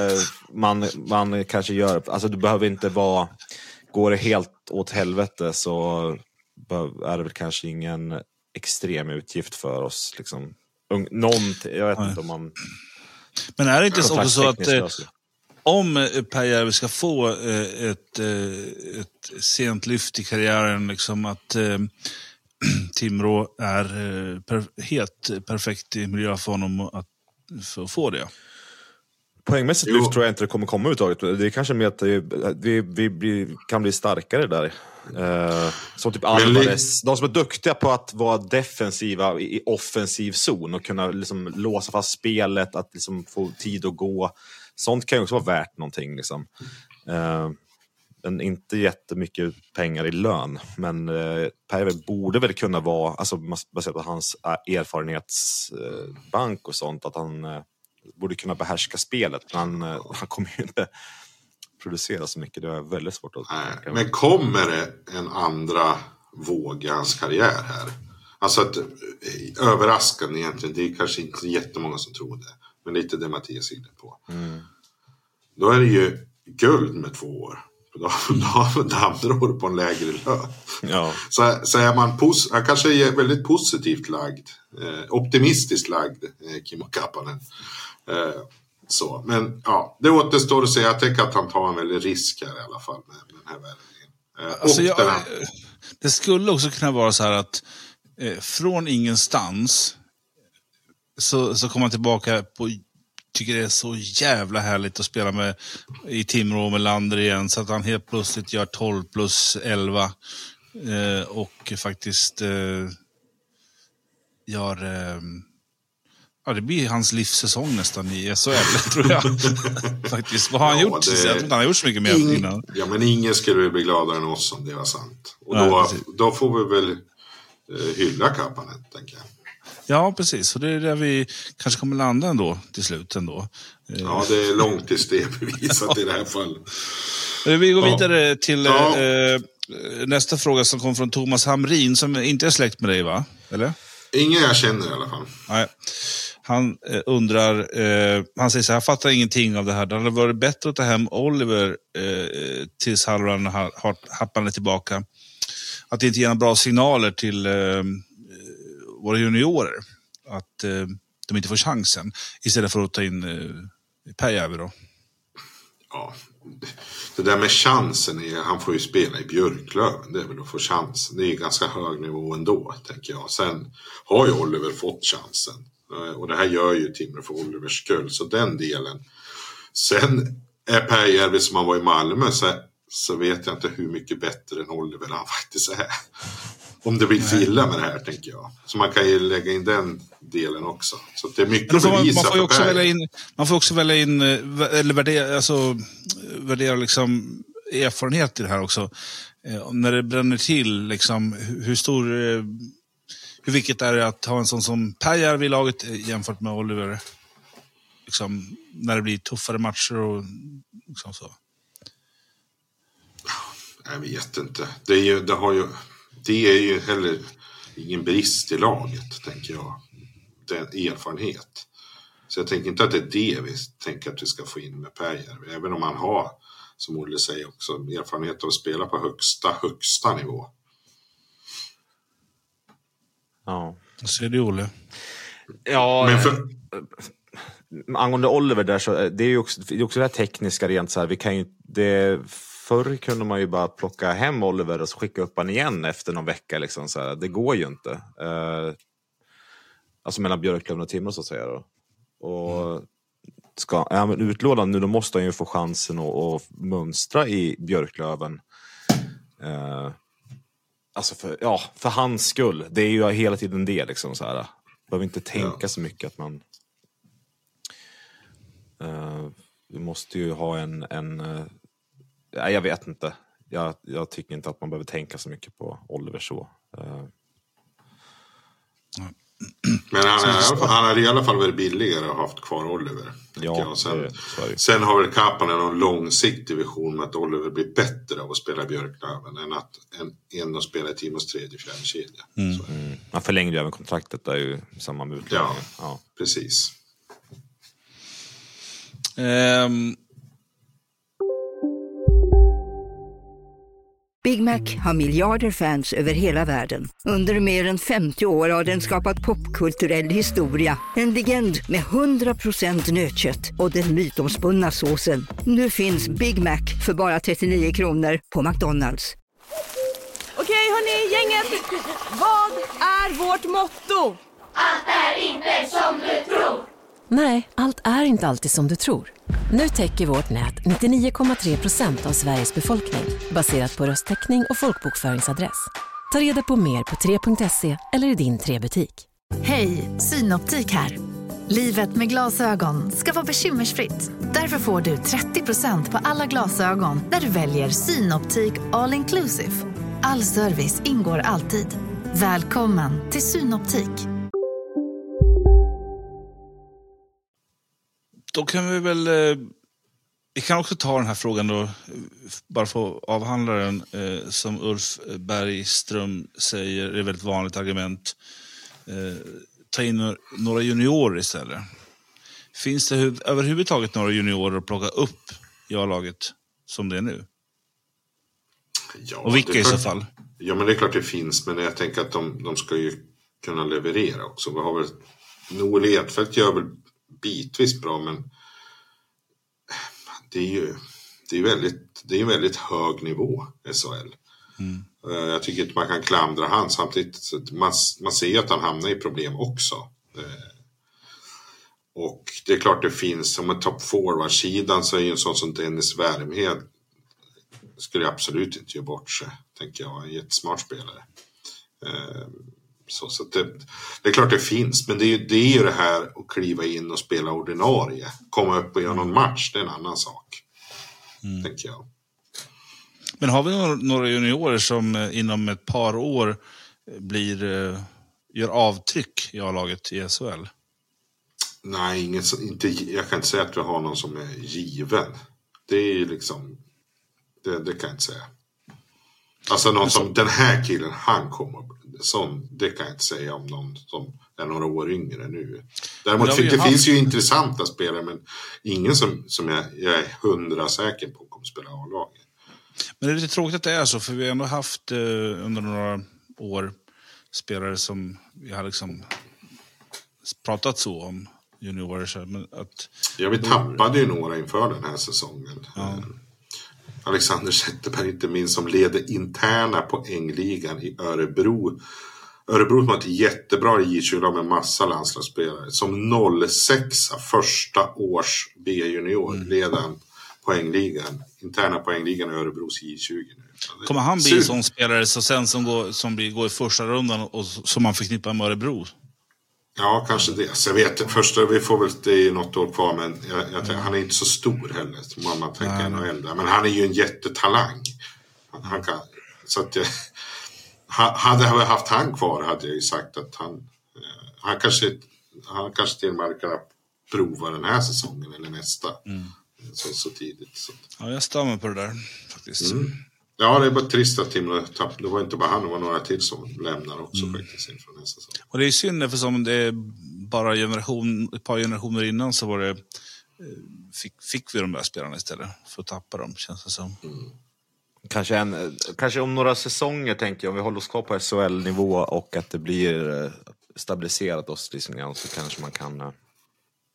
Speaker 6: man kanske gör, alltså du behöver inte vara, går det helt åt helvete så är det väl kanske ingen extrem utgift för oss, liksom. Jag vet inte om man...
Speaker 4: Men är det inte också så att om Per Järvi ska få ett sent lyft i karriären, liksom, att Timrå är helt perfekt i miljö för honom att få det?
Speaker 6: Poängmässigt lyft tror jag inte det kommer komma uttaget. Det är kanske mer att vi kan bli starkare där. Som typ Alvarez. De som är duktiga på att vara defensiva i offensiv zon och kunna liksom låsa fast spelet, att liksom få tid att gå. Sånt kan ju också vara värt någonting, liksom. Men inte jättemycket pengar i lön. Men Per borde väl kunna vara, alltså baserat på hans erfarenhetsbank och sånt, att han borde kunna behärska spelet. Men han kommer ju inte producera så mycket. Det är väldigt svårt att tänka.
Speaker 5: Men kommer det en andra våg i hans karriär här? Alltså att överraskande egentligen, det är kanske inte jättemånga som tror det. Men lite det Mattias är inne på. Då är det ju guld med 2 år. Då har man andra år på en lägre lön.
Speaker 6: Ja.
Speaker 5: Så är man han kanske är väldigt positivt lagd. Optimistiskt lagd, Kimmo Kapanen. Så. Men ja, det återstår att säga. Jag tänker att han tar en väldigt risk här i alla fall med den här värvningen.
Speaker 4: Alltså det skulle också kunna vara så här att från ingenstans så kommer man tillbaka på, tycker det är så jävla härligt att spela med i Timrå med Lander igen, så att han helt plötsligt gör 12 plus 11 och faktiskt gör det blir hans livssäsong nästan i SHL, tror jag. Faktiskt. Vad har han gjort? Jag tror inte han har gjort så mycket mer innan.
Speaker 5: Ja, men ingen skulle bli gladare än oss om det var sant. Och då får vi väl hylla Kapanen, tänker jag.
Speaker 4: Ja, precis. Och det är där vi kanske kommer landa ändå till slut ändå.
Speaker 5: Ja, det är långt tills det är bevisat i det här fallet.
Speaker 4: Vi går vidare till nästa fråga som kom från Thomas Hamrin, som inte är släkt med dig, va? Eller?
Speaker 5: Ingen jag känner i alla fall.
Speaker 4: Nej. Han undrar, han säger så här: jag fattar ingenting av det här. Det hade varit bättre att ta hem Oliver tills Halloran har happande tillbaka. Att det inte ger några bra signaler till våra juniorer. Att de inte får chansen. Istället för att ta in Per Järvi då.
Speaker 5: Ja, det där med chansen han får ju spela i Björklöven. Det är väl att få chansen. Det är ganska hög nivå ändå, tänker jag. Sen har ju Oliver fått chansen. Och det här gör ju Timrå för Olivers skull. Så den delen. Sen är Per Järvi, som han var i Malmö, så vet jag inte hur mycket bättre än Oliver han faktiskt är. Om det blir filla med det här, tänker jag. Så man kan ju lägga in den delen också. Så det är mycket att bevisa
Speaker 4: man får ju också
Speaker 5: för
Speaker 4: välja in, man får också välja in eller värdera liksom erfarenhet i det här också. När det bränner till, liksom, hur viktigt är det att ha en sån som Per Järvi i laget jämfört med Oliver, liksom, när det blir tuffare matcher och liksom så.
Speaker 5: Jag vet inte. Det är ju heller ingen brist i laget, tänker jag. Den erfarenhet. Så jag tänker inte att det är det vi tänker att vi ska få in med Per Järvi. Även om man har, som Olle säger också, erfarenhet av att spela på högsta nivå.
Speaker 6: Ja.
Speaker 4: Så är det, Olle.
Speaker 6: Ja, angående Oliver där, så det är ju också det här tekniska rent så här, vi kan ju förr kunde man ju bara plocka hem Oliver och så skicka upp han igen efter någon vecka liksom så här. Det går ju inte. Alltså mellan Björklöven och Timrå så att säga då. Och men utlådan nu, då måste han ju få chansen att mönstra i Björklöven. Alltså för hans skull. Det är ju hela tiden det liksom så här. Behöver inte tänka så mycket att man vi måste ju ha jag vet inte. Jag tycker inte att man behöver tänka så mycket på Oliver så.
Speaker 5: Men han hade i alla fall varit billigare och haft kvar Oliver. Ja, sen har väl Kapanen någon långsiktig vision med att Oliver blir bättre av att spela Björklöven än att spela i Timos tredje, fjärde kedja.
Speaker 6: Han förlängde ju även kontraktet där ju samma med utlåningen.
Speaker 5: Ja, precis.
Speaker 7: Big Mac har miljarder fans över hela världen. Under mer än 50 år har den skapat popkulturell historia. En legend med 100% nötkött och den mytomspunna såsen. Nu finns Big Mac för bara 39 kronor på McDonald's.
Speaker 8: Okej hörni, gänget. Vad är vårt motto?
Speaker 9: Allt är inte som du tror.
Speaker 10: Nej, allt är inte alltid som du tror. Nu täcker vårt nät 99,3% av Sveriges befolkning baserat på röstteckning och folkbokföringsadress. Ta reda på mer på 3.se eller i din 3-butik.
Speaker 3: Hej, Synoptik här. Livet med glasögon ska vara bekymmersfritt. Därför får du 30% på alla glasögon när du väljer Synoptik All Inclusive. All service ingår alltid. Välkommen till Synoptik.
Speaker 4: Då kan vi väl... Vi kan också ta den här frågan då, bara få avhandla den, som Ulf Bergström säger, det är ett väldigt vanligt argument. Ta in några juniorer istället. Finns det överhuvudtaget några juniorer att plocka upp i A-laget som det är nu?
Speaker 5: Ja,
Speaker 4: och vilka i så fall?
Speaker 5: Ja, men det är klart det finns, men jag tänker att de ska ju kunna leverera också. Vi har väl... Noel Edfeldt gör väl bitvis bra, men det är ju väldigt hög nivå SHL. Jag tycker inte man kan klandra han, samtidigt man ser ju att han hamnar i problem också. Och det är klart det finns, som en top forward-sidan så är ju en sån som Dennis Värmhed skulle absolut inte göra bort sig, tänker jag, en jättesmart spelare. Så det är klart det finns, men det är ju det här att kliva in och spela ordinarie, komma upp och göra någon match, det är en annan sak, tänker jag.
Speaker 4: Men har vi några juniorer som inom ett par år gör avtryck i A-laget i SHL?
Speaker 5: Nej, jag kan inte säga att vi har någon som är given. Det är ju liksom, det kan jag inte säga. Alltså någon som den här killen, han kommer som, det kan jag inte säga om någon som är några år yngre nu. Däremot det finns ju intressanta spelare, men ingen som jag är 100 säker på kommer spela A-laget.
Speaker 4: Men det är lite tråkigt att det är så, för vi har ändå haft under några år spelare som vi har liksom pratat så om juniorer. Men att
Speaker 5: vi tappade ju några inför den här säsongen. Ja. Alexander Zetterberg inte minst, som leder interna poängligan i Örebro. Örebro som har ett jättebra J20 med massa landslagsspelare. Som 06 första års B-junior leder poängligan, interna poängligan i Örebros J20 nu.
Speaker 4: Kommer han bli en sån spelare så sen som går i första rundan och som man förknippar med Örebro?
Speaker 5: Ja, kanske det. Så jag vet, första, vi får väl, det är något år kvar, men han är inte så stor heller, som man tänker NHL. Men han är ju en jättetalang. Han kan, så att hade jag haft han kvar hade jag ju sagt att han kanske till och med kan prova den här säsongen eller nästa. Så tidigt. Så.
Speaker 4: Ja, jag stämmer på det där faktiskt.
Speaker 5: Ja, det är bara trist att Timrå tappade. Det var inte bara han, det var några till som lämnar också faktiskt inför nästa säsong.
Speaker 4: Och det är synd, för som det är bara ett par generationer innan så var det fick vi de där spelarna istället för att tappa dem, känns det som.
Speaker 6: Kanske om några säsonger, tänker jag, om vi håller oss kvar på SHL-nivå och att det blir stabiliserat oss liksom, så kanske man kan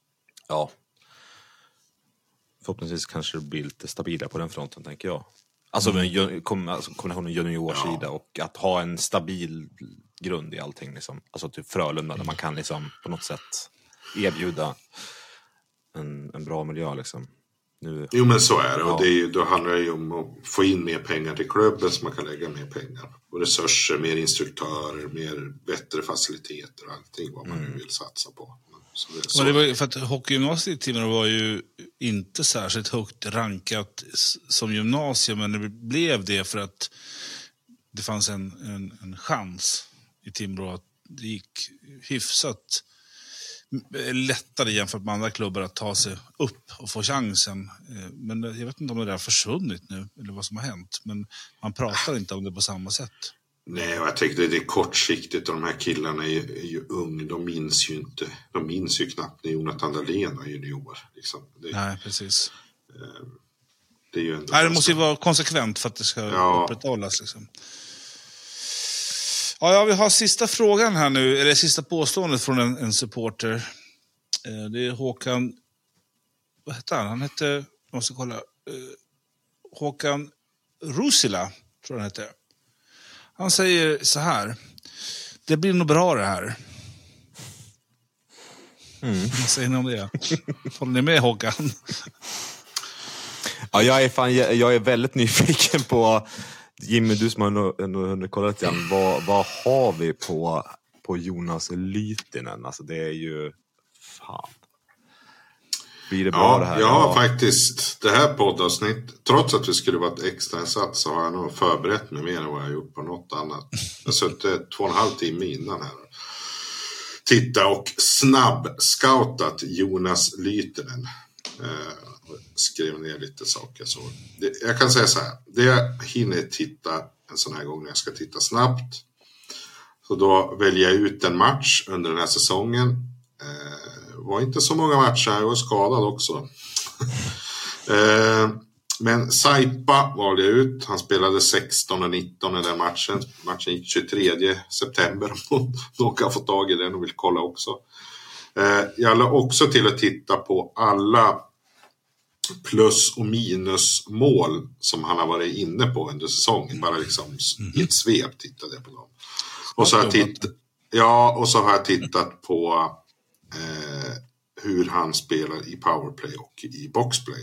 Speaker 6: Ja. Förhoppningsvis kanske det blir lite stabilare på den fronten, tänker jag. Alltså kombinationen juniorsida och att ha en stabil grund i allting. Liksom. Alltså typ Frölunda där man kan liksom på något sätt erbjuda en bra miljö liksom. Nu,
Speaker 5: jo, men så är det. Ja. Och då handlar det ju om att få in mer pengar till klubben så man kan lägga mer pengar. Och resurser, mer instruktörer, bättre faciliteter och allting vad man nu vill satsa på.
Speaker 4: Och det var för att hockeygymnasiet i Timrå var ju inte särskilt högt rankat som gymnasium, men det blev det för att det fanns en chans i Timrå att det gick hyfsat lättare jämfört med andra klubbar att ta sig upp och få chansen. Men jag vet inte om det där har försvunnit nu eller vad som har hänt, men man pratar inte om det på samma sätt.
Speaker 5: Nej, jag tänkte det är kortsiktigt och de här killarna är ju unga, de minns ju knappt när Jonathan Dahlén var junior. Liksom.
Speaker 4: Nej, precis.
Speaker 5: Det är ju ändå...
Speaker 4: Nej, det måste ju vara konsekvent för att det ska upprätthållas. Liksom. Ja, vi har sista frågan här nu, eller sista påståendet från en supporter. Det är Håkan... Vad heter han? Han hette... Jag måste kolla. Håkan Rusila, tror han heter. Han säger så här: det blir nog bra det här. Vad säger ni om det? Håller ni med, Håkan?
Speaker 6: Ja, jag är väldigt nyfiken på Jimmy, du som har kollat igen. Vad har vi på Jonas Lytinen? Alltså det är ju fan. Blir det bra det här?
Speaker 5: Ja, faktiskt. Det här poddavsnitt, trots att vi skulle vara ett extra insats, så har jag nog förberett mig mer än vad jag har gjort på något annat. Jag suttit 2,5 timme innan här. Titta och snabb-scoutat Jonas Lytinen. Skrev ner lite saker. Så jag kan säga så här. Det jag hinner titta en sån här gång när jag ska titta snabbt. Så då väljer jag ut en match under den här säsongen. Var inte så många matcher, jag var skadad också. Men Saipa valde jag ut. Han spelade 16 och 19 i den matchen. Matchen gick 23 september. Någon kan få tag i den och vill kolla också. Jag la också till att titta på alla plus- och minusmål som han har varit inne på under säsongen. Bara liksom i ett svep tittade jag på dem. Och så har jag tittat på hur han spelar i powerplay och i boxplay.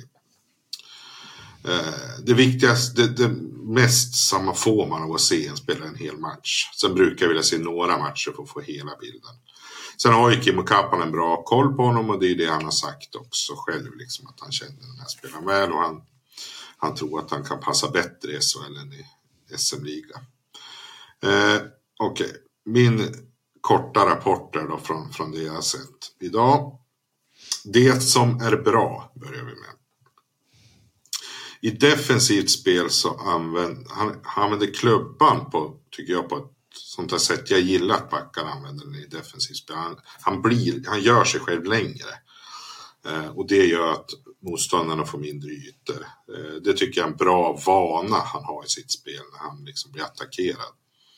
Speaker 5: Det viktigaste, det mest samma får man av att se en spela en hel match. Sen brukar jag vilja se några matcher för att få hela bilden. Sen har ju Kimmo Kappan en bra koll på honom, och det är det han har sagt också själv, liksom, att han känner den här spelaren väl, och han tror att han kan passa bättre i SHL än i SM-liga. Okej. Min korta rapporter då från det jag har sett idag. Det som är bra börjar vi med. I defensivt spel så använder klubban på, tycker jag, på ett sånt här sätt jag gillar att backar använder den i defensivt spel. Han gör sig själv längre. Och det gör att motståndarna får mindre ytor. Det tycker jag är en bra vana han har i sitt spel när han liksom blir attackerad.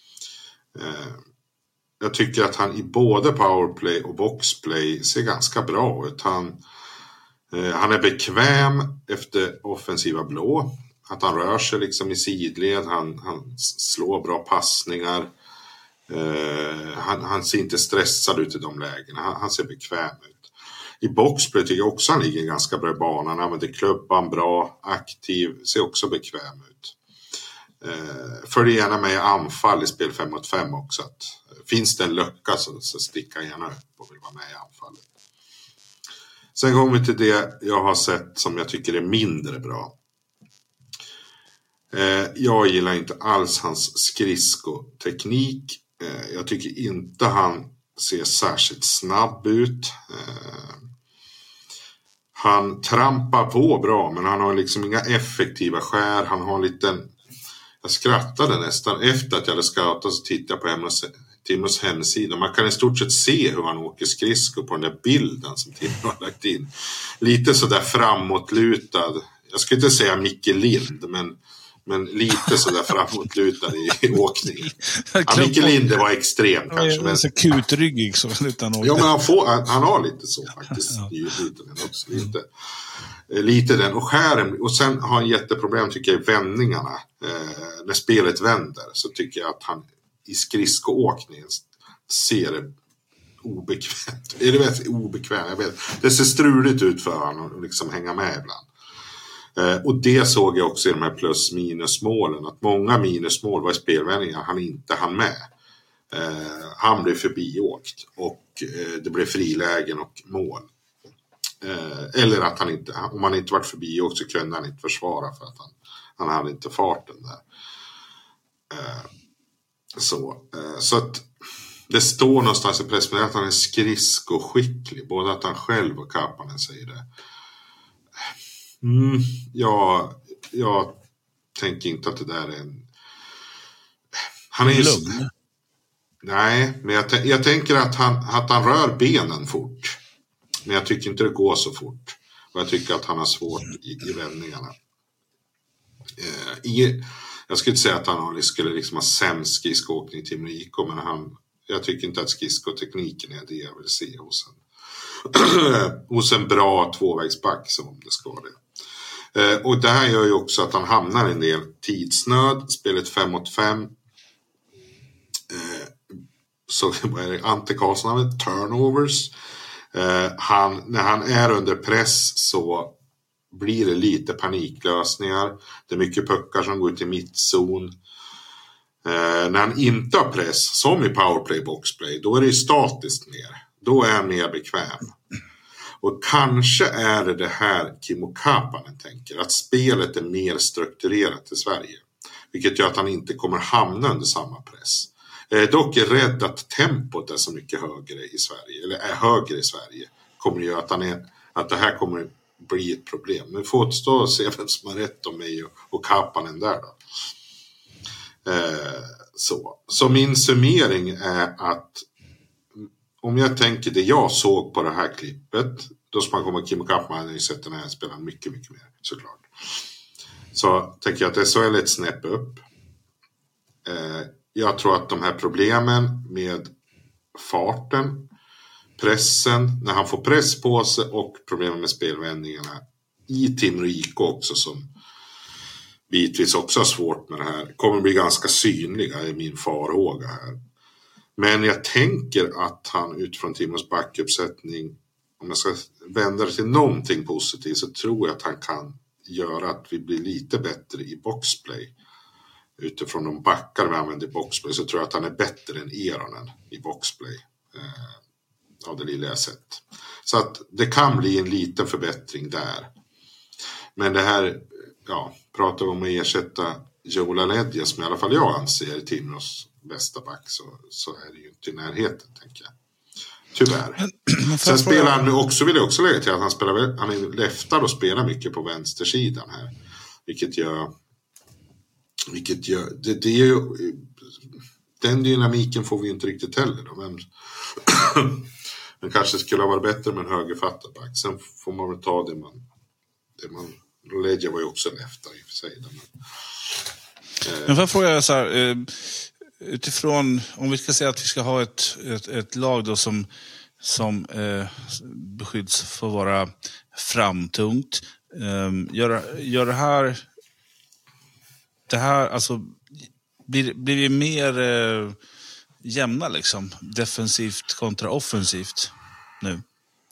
Speaker 5: Jag tycker att han i både powerplay och boxplay ser ganska bra ut. Han är bekväm efter offensiva blå. Att han rör sig liksom i sidled. Han slår bra passningar. Han ser inte stressad ut i de lägena. Han ser bekväm ut. I boxplay tycker jag också han ligger ganska bra i banan. Han använder klubban bra, aktiv. Ser också bekväm ut. Följ gärna med i anfall i spel 5 mot 5 också. Att, finns det en lucka så sticka gärna upp och vill vara med i anfallet. Sen kommer vi till det jag har sett som jag tycker är mindre bra. Jag gillar inte alls hans skridskoteknik. Jag tycker inte han ser särskilt snabb ut. Han trampar på bra, men han har liksom inga effektiva skär. Han har en liten... Jag skrattade nästan efter att jag hade scoutat, så tittade jag på Timrås hemsida. Man kan i stort sett se hur han åker skridskor på den där bilden som Timrå har lagt in. Lite så där framåtlutad. Jag skulle inte säga Micke Lind, men Men lite sådär framåtlutad i åkningen. Micke Linde var extrem kanske.
Speaker 4: Men så kutryggig så utan
Speaker 5: ja, men han har lite så faktiskt. Också, lite den. Och skären. Och sen har han jätteproblem tycker jag i vändningarna. När spelet vänder så tycker jag att han i skridskoåkningen ser obekvämt. Är det obekvämt? Jag vet. Det ser struligt ut för honom att liksom hänga med ibland. Och det såg jag också i de här plus-minus-målen. Att många minusmål var i spelvändningar han inte hann med. Han blev förbiåkt. Och det blev frilägen och mål. Eller att han inte, om han inte varit förbiåkt så kunde han inte försvara för att han hade inte farten där. Så att det står någonstans i pressmeddelandet att han är skridskoskicklig. Både att han själv och Kapanen säger det. Jag tänker inte att det där är en... Han är lugn. Nej, men jag tänker att han rör benen fort. Men jag tycker inte det går så fort. Och jag tycker att han har svårt i vändningarna. Jag skulle inte säga att han skulle liksom ha sämst skridskoåkning till Rico, men jag tycker inte att skridskotekniken är det jag vill se hos en bra tvåvägsback som det ska vara det. Och det här gör ju också att han hamnar i en del tidsnöd. Spelet 5-5. Så är det Ante Karlsson har turnovers. När han är under press så blir det lite paniklösningar. Det är mycket puckar som går ut i mittzon. När han inte har press, som i powerplay, boxplay, då är det statiskt mer. Då är han mer bekväm. Och kanske är det här Kimmo Kapanen tänker, att spelet är mer strukturerat i Sverige. Vilket gör att han inte kommer hamna under samma press. Dock är rädd att tempot är så mycket högre i Sverige, eller är högre i Sverige. Kommer göra att det här kommer bli ett problem. Men får återstå och se vem som har rätt om mig och Kapanen där då. Så min summering är att om jag tänker det jag såg på det här klippet, då ska man komma Kimmo Kapanen har ju sett den här spelaren mycket, mycket mer såklart. Så tänker jag att SHL är ett snäpp upp. Jag tror att de här problemen med farten, pressen, när han får press på sig och problemen med spelvändningarna i Team Rico också som bitvis också har svårt med det här, kommer bli ganska synliga i min farhåga här. Men jag tänker att han utifrån Timos backuppsättning, om jag ska vända det till någonting positivt, så tror jag att han kan göra att vi blir lite bättre i boxplay. Utifrån de backar vi använder i boxplay så tror jag att han är bättre än Eronen i boxplay. Av det lilla jag sett. Så att det kan bli en liten förbättring där. Men det här, pratar vi om att ersätta Joel Aledja som i alla fall jag anser Timros bästa back, så är det ju inte i närheten, tänker jag. Tyvärr. Sen spelar han nu också, vill jag också lägga till att han är leftad och spelar mycket på vänstersidan här. Vilket gör det är ju, den dynamiken får vi ju inte riktigt heller då, men kanske skulle ha varit bättre med en högerfattad back. Sen får man väl ta det man Ledja var ju också leftad i och för sig.
Speaker 4: Men för att fråga så här, utifrån, om vi ska säga att vi ska ha ett lag då som beskylls för att vara framtungt, gör det här alltså blir vi mer jämna liksom, defensivt kontra offensivt nu?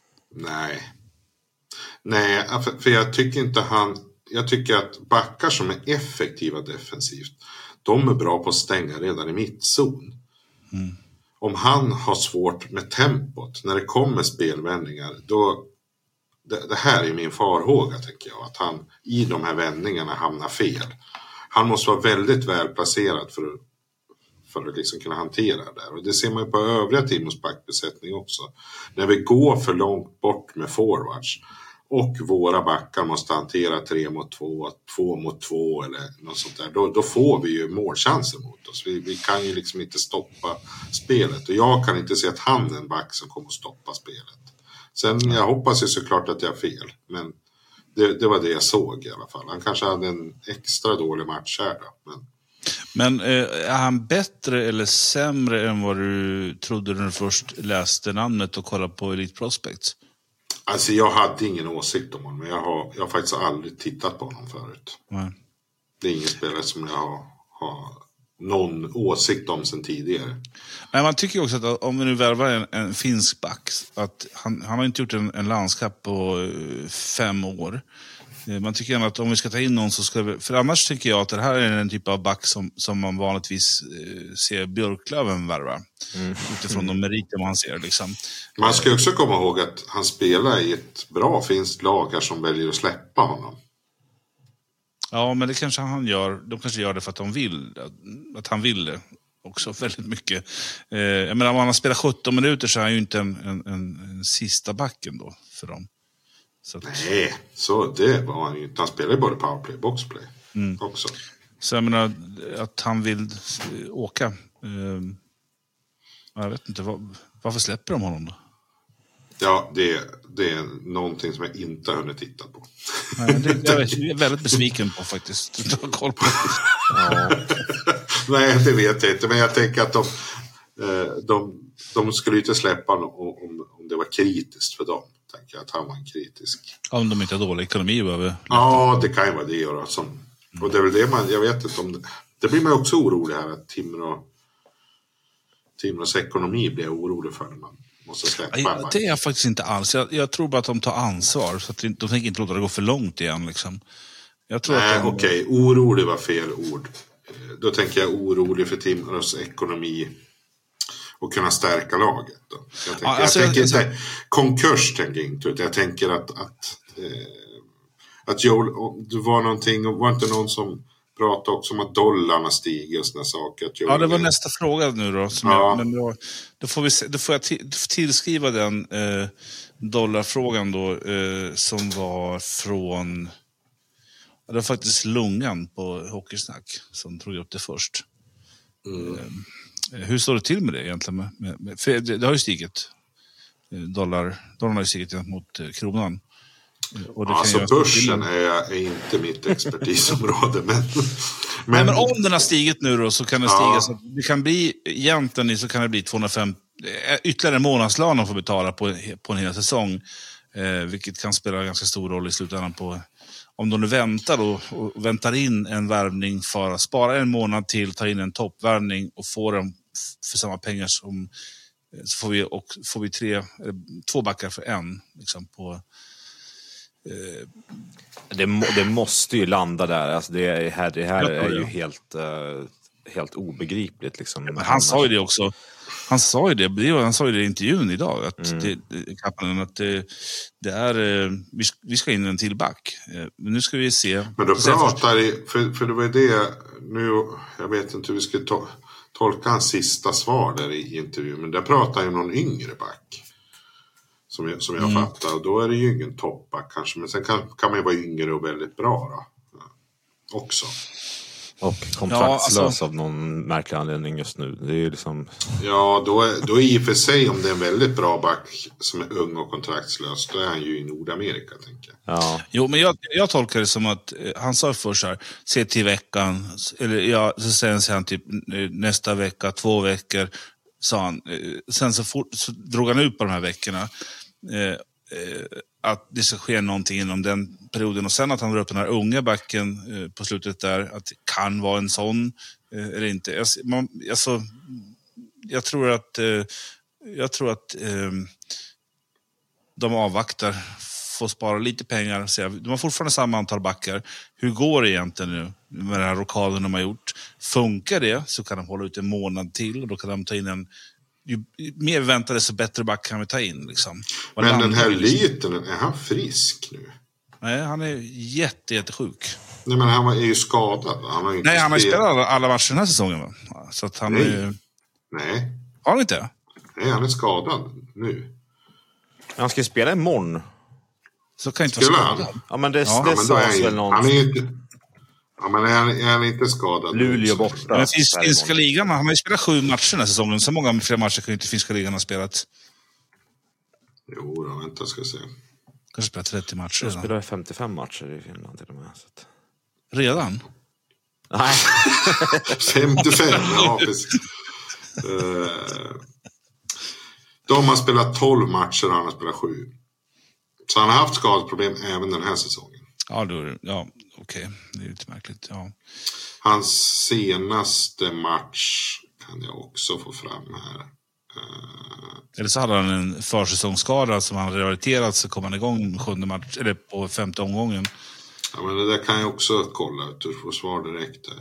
Speaker 4: Nej, för jag tycker inte jag tycker att backar som är effektiva defensivt, de är bra på att stänga redan i mittzon. Om han har svårt med tempot när det kommer spelvändningar, då det här är min farhåga, tänker jag, att han i de här vändningarna hamnar fel. Han måste vara väldigt väl placerad för att liksom kunna hantera det där. Och det ser man ju på övriga Timos backbesättning också. När vi går för långt bort med forwards och våra backar måste hantera 3 mot 2, 2 mot 2 eller något sånt där, då får vi ju målchanser mot oss. Vi kan ju liksom inte stoppa spelet. Och jag kan inte se att han är en back som kommer att stoppa spelet. Sen jag hoppas ju såklart att jag har fel, men
Speaker 5: Det var det jag såg i alla fall. Han kanske hade en extra dålig match här då.
Speaker 4: Men är han bättre eller sämre än vad du trodde när du först läste namnet och kollade på Elite Prospects?
Speaker 5: Alltså jag hade ingen åsikt om honom. Men jag har faktiskt aldrig tittat på honom förut.
Speaker 4: Nej.
Speaker 5: Det är ingen spelare som jag har någon åsikt om sen tidigare.
Speaker 4: Men man tycker också att om vi nu värvar en finsk back, att han har inte gjort en landskap på 5 år. Man tycker ändå att om vi ska ta in någon så ska vi... För annars tycker jag att det här är en typ av back som man vanligtvis ser Björklöven värva. Utifrån de meriter man ser liksom.
Speaker 5: Man ska också komma ihåg att han spelar i ett bra finskt lag här som väljer att släppa honom.
Speaker 4: Ja, men det kanske han gör. De kanske gör det för att de vill. Att han vill det också väldigt mycket. Jag menar, om han har spelat 17 minuter så är han ju inte en sista backen då för dem. Så att...
Speaker 5: Nej, så det var han ju. Han spelar ju både powerplay och boxplay också.
Speaker 4: Så jag menar, att han vill åka. Jag vet inte, varför släpper de honom då?
Speaker 5: Ja, det är någonting som jag inte har hunnit titta på.
Speaker 4: Nej, jag är väldigt besviken på faktiskt. Du har koll på det.
Speaker 5: Ja. Nej, det vet jag inte. Men jag tänker att de skulle inte släppa om det var kritiskt för dem. Tänker jag att han var en kritisk.
Speaker 4: Om de inte har dålig ekonomi behöver.
Speaker 5: Ja, det kan ju vara det göra. Och det är väl det jag vet inte om det blir man också orolig här att Timrås ekonomi blir orolig för när man måste släppa.
Speaker 4: Ja, det är jag faktiskt inte alls. Jag tror bara att de tar ansvar så att de tänker inte låta det gå för långt igen liksom. Jag tror
Speaker 5: Nej, okej. Orolig var fel ord. Då tänker jag orolig för Timrås ekonomi och kunna stärka laget då. Jag tänker inte konkurs, tänker jag inte. Jag tänker att Joel, det var inte någon som pratade också om att dollarna stiger och såna saker. Att Joel,
Speaker 4: det var nästa fråga nu då. Då får jag tillskriva den dollarfrågan då som var från... Det var faktiskt Lungan på Hockeysnack som tog upp det först. Hur står det till med det egentligen? För det har ju stigit. Dollarn har ju stigit mot kronan. Och det
Speaker 5: alltså börsen är inte mitt expertisområde. men
Speaker 4: om den har stigit nu då så kan det stiga. Så det kan bli, egentligen så kan det bli 250, ytterligare månadslön de får betala på en hel säsong. Vilket kan spela ganska stor roll i slutändan på... Om de nu väntar och väntar in en värvning för att spara en månad till, ta in en toppvärvning och få dem för samma pengar som... Så får vi 2 backar för en liksom på...
Speaker 6: Det måste ju landa där. Alltså det här är ju helt obegripligt liksom.
Speaker 4: Han sa ju det också. Han sa ju det i intervjun idag att det är vi ska in en till back. Men nu ska vi se.
Speaker 5: Men då pratar för det var det nu, jag vet inte hur vi ska tolka hans sista svar där i intervjun, men där pratar ju någon yngre back. Som jag fattar. Och då är det ju ingen toppback kanske. Men sen kan man ju vara yngre och väldigt bra då. Också.
Speaker 6: Och kontraktslös av någon märklig anledning just nu. Det är ju liksom...
Speaker 5: Ja, då är i och för sig om det är en väldigt bra back som är ung och kontraktslös, då är han ju i Nordamerika, tänker jag.
Speaker 6: Ja.
Speaker 4: Jo, men jag tolkar det som att han sa först så här, se till veckan. Eller så säger han typ nästa vecka, 2 veckor. Sa han. Sen så drog han ut på de här veckorna att det ska ske någonting inom den perioden, och sen att han drar upp den här unga backen på slutet där, att det kan vara en sån eller inte. Jag tror att de avvaktar, får spara lite pengar. De har fortfarande samma antal backar. Hur går det egentligen nu med den här rockaden de har gjort? Funkar det så kan de hålla ut en månad till, och då kan de ta in en... Ju mer väntade så bättre back kan vi ta in. Liksom.
Speaker 5: Men den här Liten, är han frisk nu?
Speaker 4: Nej, han är jättesjuk.
Speaker 5: Nej, men han är ju skadad. Han har ju
Speaker 4: spelat alla matcher den här säsongen. Va? Så att han
Speaker 5: Nej.
Speaker 4: Har han inte?
Speaker 5: Nej, han är skadad nu.
Speaker 6: Han ska spela imorgon.
Speaker 4: Så kan inte vara skadad.
Speaker 6: Ja, men det sades väl någon...
Speaker 5: Han är inte... Ja, men är han inte skadad?
Speaker 6: Luleå borta.
Speaker 4: Men finska ligan, han har ju spelat 7 matcher den här säsongen. Så många fler matcher kan ju inte finska ligan ha spelat.
Speaker 5: Jo, vänta ska jag se.
Speaker 4: Kanske spelar 30 matcher.
Speaker 6: De spelar 55 matcher i Finland till och med. Så att...
Speaker 4: Redan?
Speaker 6: Nej.
Speaker 5: 55, ja precis. De har spelat 12 matcher och han har spelat 7. Så han har haft skadeproblem även den här säsongen.
Speaker 4: Ja, okej. Det är lite märkligt, ja.
Speaker 5: Hans senaste match kan jag också få fram här.
Speaker 4: Eller så hade han en försäsongsskada som han rehabiliterat så kom han igång 7:e match, eller på 5:e omgången.
Speaker 5: Ja, men det där kan jag också kolla. Du får svar direkt där.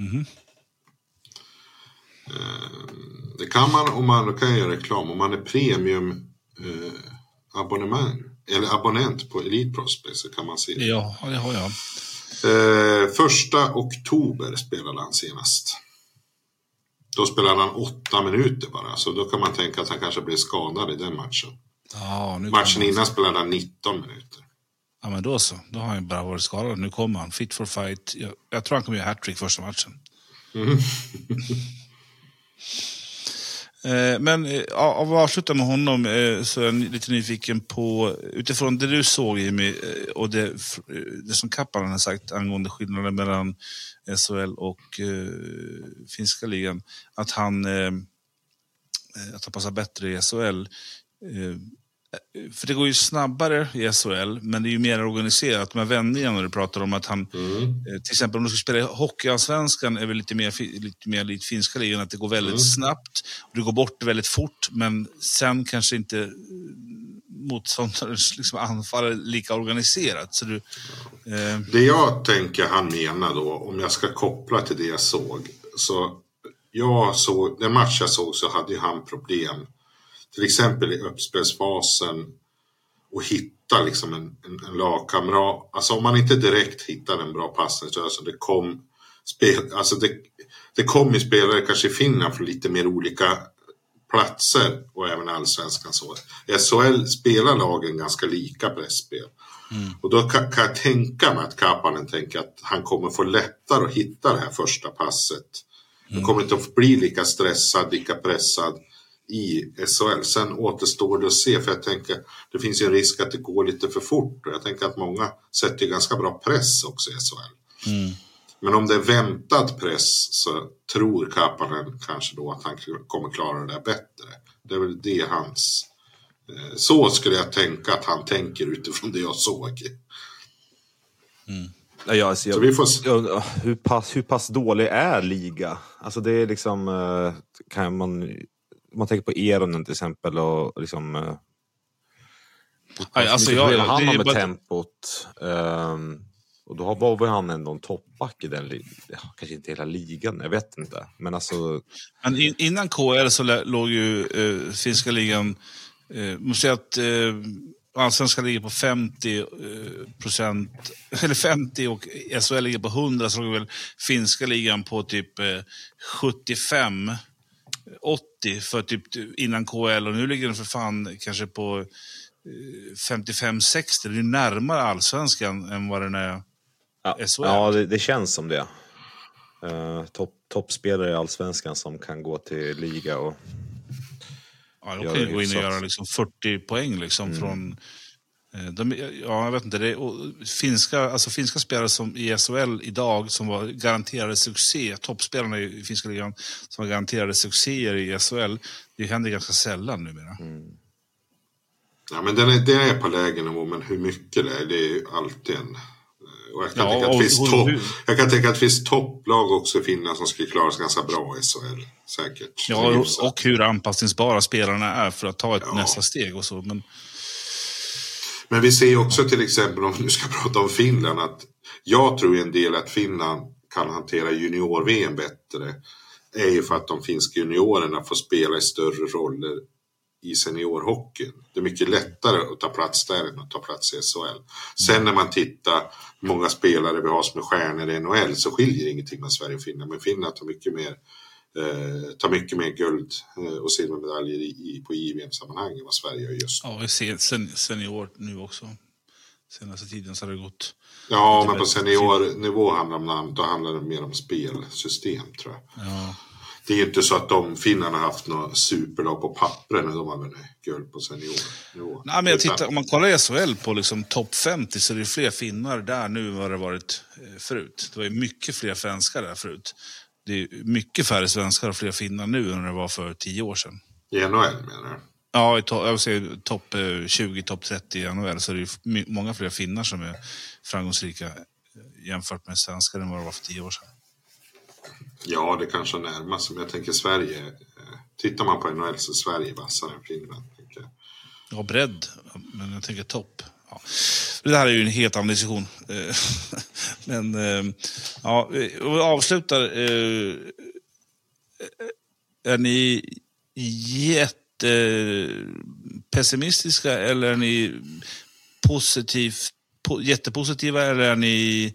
Speaker 5: Det kan man, om man kan göra reklam, om man är premium abonnemang eller abonnent på Elite Prospect så kan man se det.
Speaker 4: Ja, det har jag.
Speaker 5: 1 oktober spelade han senast. Då spelade han 8 minuter bara, så då kan man tänka att han kanske blev skadad i den matchen.
Speaker 4: Ja,
Speaker 5: matchen innan spelade han 19 minuter.
Speaker 4: Ja, men då så. Då har han bara varit skadad. Nu kommer han. Fit for fight. Jag tror han kommer göra hattrick första matchen. Men av att avsluta med honom så är jag lite nyfiken på, utifrån det du såg Jimmy, och det som Kappanen har sagt angående skillnaden mellan SHL och finska ligan, att han passar bättre i SHL. För det går ju snabbare i SHL, men det är ju mer organiserat. De här vändningarna när du pratar om att han till exempel om du ska spela hockeyallsvenskan är väl lite mer likt finska ligan, att det går väldigt snabbt och det går bort väldigt fort, men sen kanske inte motståndarens liksom anfall lika organiserat. Så
Speaker 5: det jag tänker han menar då, om jag ska koppla till det jag såg, så den match jag såg så hade han problem till exempel i uppspelsfasen och hitta liksom en lagkamrat. Alltså om man inte direkt hittar en bra passning så alltså det kom ju spelare kanske i Finland från lite mer olika platser och även allsvenskan så. SHL spelar lagen ganska lika pressspel. Och då kan jag tänka mig att Kapanen tänker att han kommer få lättare att hitta det här första passet. Han kommer inte att bli lika stressad, lika pressad i SHL. Sen återstår det att se, för jag tänker det finns ju en risk att det går lite för fort och jag tänker att många sätter ganska bra press också i SHL. Men om det är väntad press så tror Kapanen kanske då att han kommer klara det där bättre. Det är väl det hans så skulle jag tänka att han tänker utifrån det jag såg.
Speaker 6: Ja,
Speaker 5: så vi får
Speaker 6: hur pass dålig är liga? Alltså det är liksom kan man tänker på Eronen till exempel och liksom
Speaker 4: han
Speaker 6: med tempot och då var han ändå en toppback i den kanske inte hela ligan, jag vet inte, men alltså
Speaker 4: innan KL så låg ju finska ligan måste säga att allsvenskan ligger på 50% eller 50 och SHL ligger på 100, så låg väl finska ligan på typ 75 80 för typ innan KL, och nu ligger den för fan kanske på 55-60. Det är närmare allsvenskan än vad den är SHL.
Speaker 6: Ja, det känns som det. Toppspelare i allsvenskan som kan gå till liga och
Speaker 4: de kan ju gå in och göra liksom 40 poäng liksom från jag vet inte det, och finska spelare som i SHL idag som var garanterade succé, toppspelarna i finska ligan som var garanterade succéer i SHL, det händer ganska sällan numera.
Speaker 5: Ja, men den är på lägen nivå, men hur mycket det är ju alltid en. Och jag kan tänka att det finns topplag också i Finland som skulle klara sig ganska bra i SHL, säkert.
Speaker 4: Ja, och hur anpassningsbara spelarna är för att ta ett nästa steg och så,
Speaker 5: men vi ser också till exempel, om vi ska prata om Finland, att jag tror en del att Finland kan hantera junior-VM bättre är ju för att de finska juniorerna får spela i större roller i seniorhockeyn. Det är mycket lättare att ta plats där än att ta plats i SHL. Sen när man tittar många spelare vi har som är stjärnor i NHL så skiljer ingenting med Sverige och Finland. Men Finland tar mycket mer guld och silvermedaljer på JVM-sammanhang än vad Sverige gör just nu.
Speaker 4: Ja, vi ser senior nu också. Senaste tiden så har det gått.
Speaker 5: Ja, men på seniornivå handlar det mer om spelsystem, tror jag.
Speaker 4: Ja.
Speaker 5: det är ju inte så att finnarna har haft något superlag på pappren när de har vunnit guld på seniornivå.
Speaker 4: Nej, men om man kollar SHL på liksom topp 50 så är det fler finnar där nu än vad det varit förut. Det var ju mycket fler svenskar där förut. Det är mycket färre svenskar och fler finnar nu än det var för 10 år sedan.
Speaker 5: I NHL menar du?
Speaker 4: Ja, jag vill säga topp 20, topp 30 i NHL så är det många fler finnar som är framgångsrika jämfört med svenskar än vad det var för 10 år sedan.
Speaker 5: Ja, det kanske närmast. Men jag tänker Sverige. Tittar man på NHL så är Sverige vassare än Finland.
Speaker 4: Ja, bredd. Men jag tänker topp. Ja. Det här är ju en helt annan diskussion. Men ja, och vi avslutar. Är ni jättepessimistiska eller är ni jättepositiva eller är ni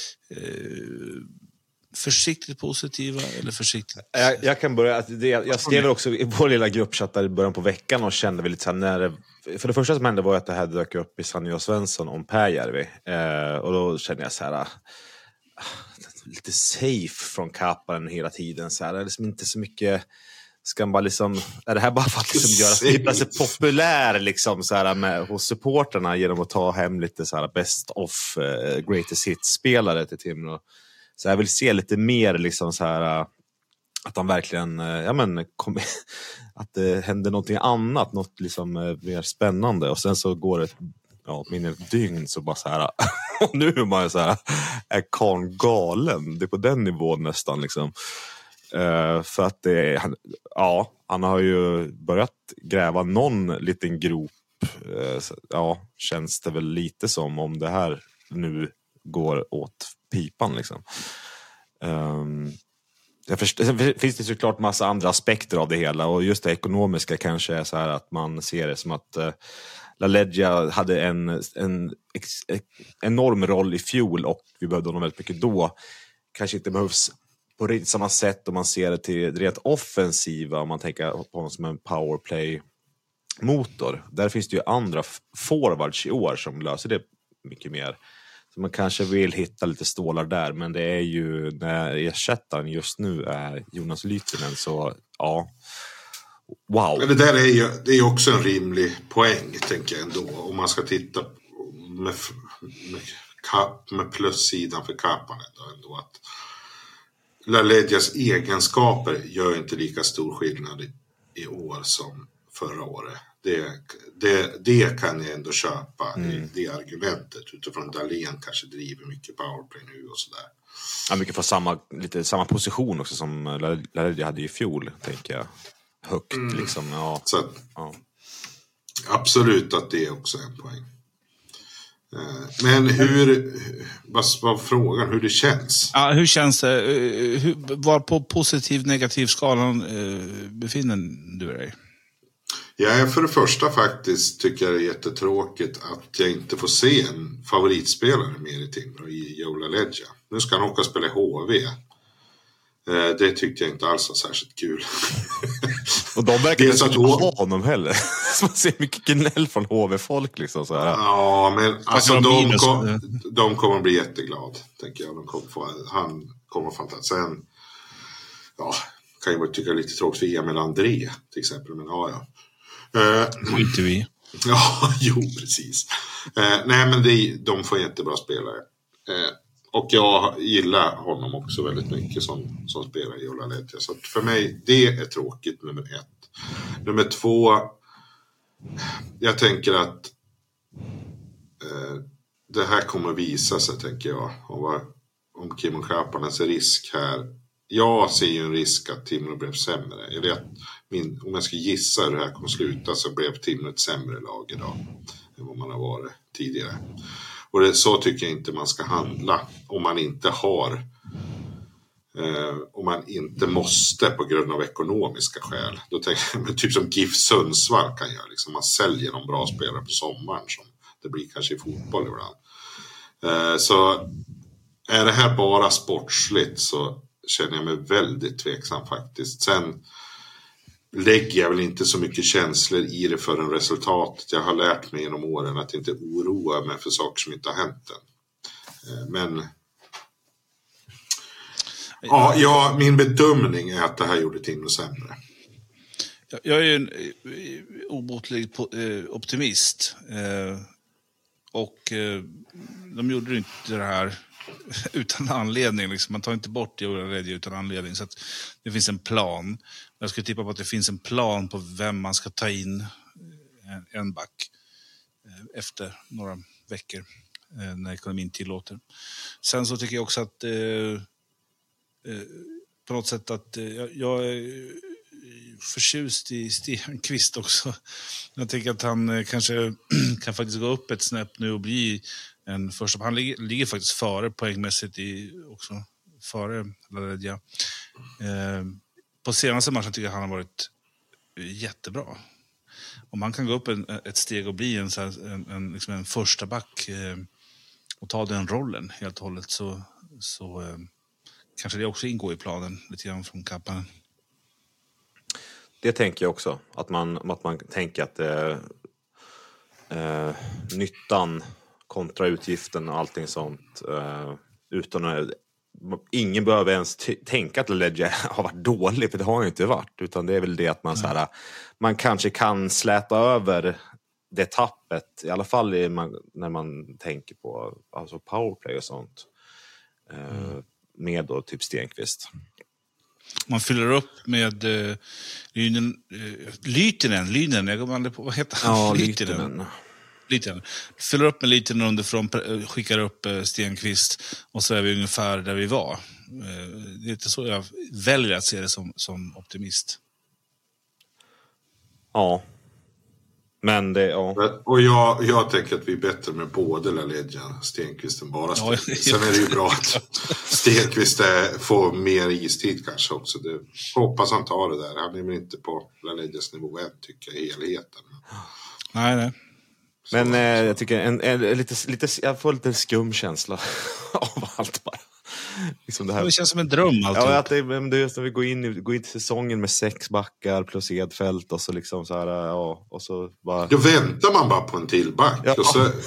Speaker 4: försiktigt positiva eller försiktigt?
Speaker 6: Jag kan börja. Jag skrev också i vår lilla gruppchatt där i början på veckan och kände väl lite så här när för det första som hände var att det här dök upp i Sanny och Svensson om Pääjärvi. Och då kände jag så här lite safe från Kapanen hela tiden. Så här, det är liksom inte så mycket. Ska man bara liksom, är det här bara för att liksom göra sig populär liksom så här hos supporterna genom att ta hem lite så här best of greatest hits spelare till Timrå. Så jag vill se lite mer liksom så här att de verkligen att det händer någonting annat, något liksom mer spännande och sen så går det mindre ett dygn så bara så här och nu är man så här är Karn galen. Det är på den nivån nästan liksom. För att han har ju börjat gräva någon liten grop. Känns det väl lite som om det här nu går åt pipan liksom. Finns det såklart massa andra aspekter av det hela och just det ekonomiska kanske är så här att man ser det som att LaLeggia hade en enorm roll i fjol och vi behövde honom väldigt mycket då. Kanske inte behövs på riktigt samma sätt om man ser det till det rent offensiva om man tänker på honom som en powerplay-motor. Där finns det ju andra forwards i år som löser det mycket mer. Så man kanske vill hitta lite stålar där, men det är ju när ersättaren just nu är Jonas Lytinen så wow.
Speaker 5: Men det där är ju också en rimlig poäng tänker jag ändå. Om man ska titta med plussidan för Kapanen ändå att LaLeggias egenskaper gör inte lika stor skillnad i år som förra året. Det kan jag ändå köpa, det argumentet. Utifrån Dahlén kanske driver mycket powerplay nu och sådär.
Speaker 6: Ja, mycket för lite samma position också som LaLeggia hade i fjol, tänker jag. Högt liksom, ja.
Speaker 5: Så att, absolut att det är också en poäng. Men vad var frågan, hur det känns?
Speaker 4: Ja, hur känns det? Var på positiv negativ skalan befinner du dig?
Speaker 5: Ja, för det första faktiskt tycker jag det är jättetråkigt att jag inte får se en favoritspelare mer i Timrå i Joe LaLeggia. Nu ska han åka och spela i HV. Det tyckte jag inte alls var särskilt kul.
Speaker 6: Och de verkar inte ha honom heller. Man ser mycket gnäll från HV-folk liksom så här.
Speaker 5: Ja, men alltså de kommer bli jätteglad, tänker jag. Han kommer fantastiskt. Sen kan jag tycka lite tråkigt för Emil André till exempel, men
Speaker 4: inte vi.
Speaker 5: Ja, jo, precis. Nej, men de får jättebra spelare. Och jag gillar honom också väldigt mycket som spelar i LaLeggia. Så för mig, det är tråkigt, nummer 1. Nummer 2, jag tänker att det här kommer visa sig, tänker jag, om Kimmo Kapanens risk här. Jag ser ju en risk att Timrå blev sämre. Om jag ska gissa hur det här kommer sluta så blev Timrå ett sämre lag idag än vad man har varit tidigare. Och så tycker jag inte man ska handla om man inte har om man inte måste på grund av ekonomiska skäl. Då tänker jag typ som GIF Sundsvall kan göra. Liksom man säljer någon bra spelare på sommaren som det blir kanske i fotboll ibland. Så är det här bara sportsligt så känner jag mig väldigt tveksam faktiskt. Sen lägger jag väl inte så mycket känslor i det förrän resultatet. Jag har lärt mig genom åren att inte oroa mig för saker som inte har hänt än. Men Ja, min bedömning är att det här gjorde Timrå sämre.
Speaker 4: Jag är ju en obotlig optimist. Och de gjorde ju inte det här utan anledning. Liksom. Man tar inte bort Ledja utan anledning. Så att det finns en plan. Jag skulle tippa på att det finns en plan på vem man ska ta in en back efter några veckor när ekonomin tillåter. Sen så tycker jag också att på något sätt att jag är förtjust i Stenqvist också. Jag tänker att han kanske kan faktiskt gå upp ett snäpp nu och bli en första. Han ligger faktiskt före poängmässigt också före Ledja. På senaste matchen tycker jag han har varit jättebra. Om man kan gå upp ett steg och bli liksom en första back och ta den rollen helt och hållet så kanske det också ingår i planen lite grann från Kappanen.
Speaker 6: Det tänker jag också. Att man tänker att nyttan kontra utgiften och allting sånt. Utan ingen behöver ens tänka att Ledja har varit dålig, för det har han inte varit. Utan det är väl det att man, man kanske kan släta över det tappet. I alla fall när man tänker på alltså powerplay och sånt. Med då typ Stenqvist.
Speaker 4: Man fyller upp med Lytinen, jag kommer aldrig på, vad heter han?
Speaker 6: Ja, Lytinen.
Speaker 4: Fyller upp med Lytinen underifrån, skickar upp Stenqvist och så är vi ungefär där vi var. Det är inte så jag väljer att se det som optimist.
Speaker 6: Ja. Men det, ja.
Speaker 5: Och jag tänker att vi är bättre med både Ledja och Stenqvist än bara Stenqvist. Sen är det ju bra att Stenqvist får mer istid kanske också. Hoppas han tar det där. Han är väl inte på Ledjas nivå än, tycker jag, i helheten.
Speaker 4: Nej.
Speaker 6: Men jag tycker jag får lite skum känsla av allt bara. Liksom det här.
Speaker 4: Det känns som en dröm alltid.
Speaker 6: Ja, att det är just när vi går in till säsongen med 6 backar plus Edfält och så liksom så här, ja, och så bara...
Speaker 5: Då väntar man bara på en till back.
Speaker 6: Ja.
Speaker 5: Och, så...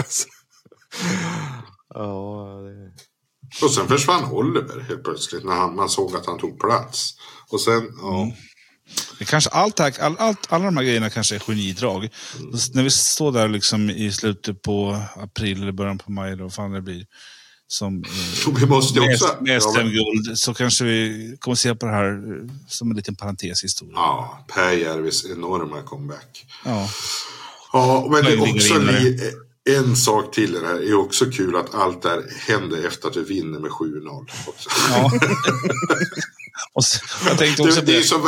Speaker 5: och sen försvann Oliver helt plötsligt när man såg att han tog plats. Och sen,
Speaker 4: Det kanske alla de här grejerna kanske är genidrag. När vi står där liksom i slutet på april eller början på maj, då fan det blir som
Speaker 5: vi måste
Speaker 4: med SM-guld, så kanske vi kommer se på det här som en liten parenteshistoria.
Speaker 5: Ja, Per Järvis enorma comeback.
Speaker 4: Ja,
Speaker 5: men det är också en sak till det här. Det är också kul att allt där händer efter att vi vinner med 7-0.
Speaker 4: Ja. Och så, jag tänkte också
Speaker 5: det är så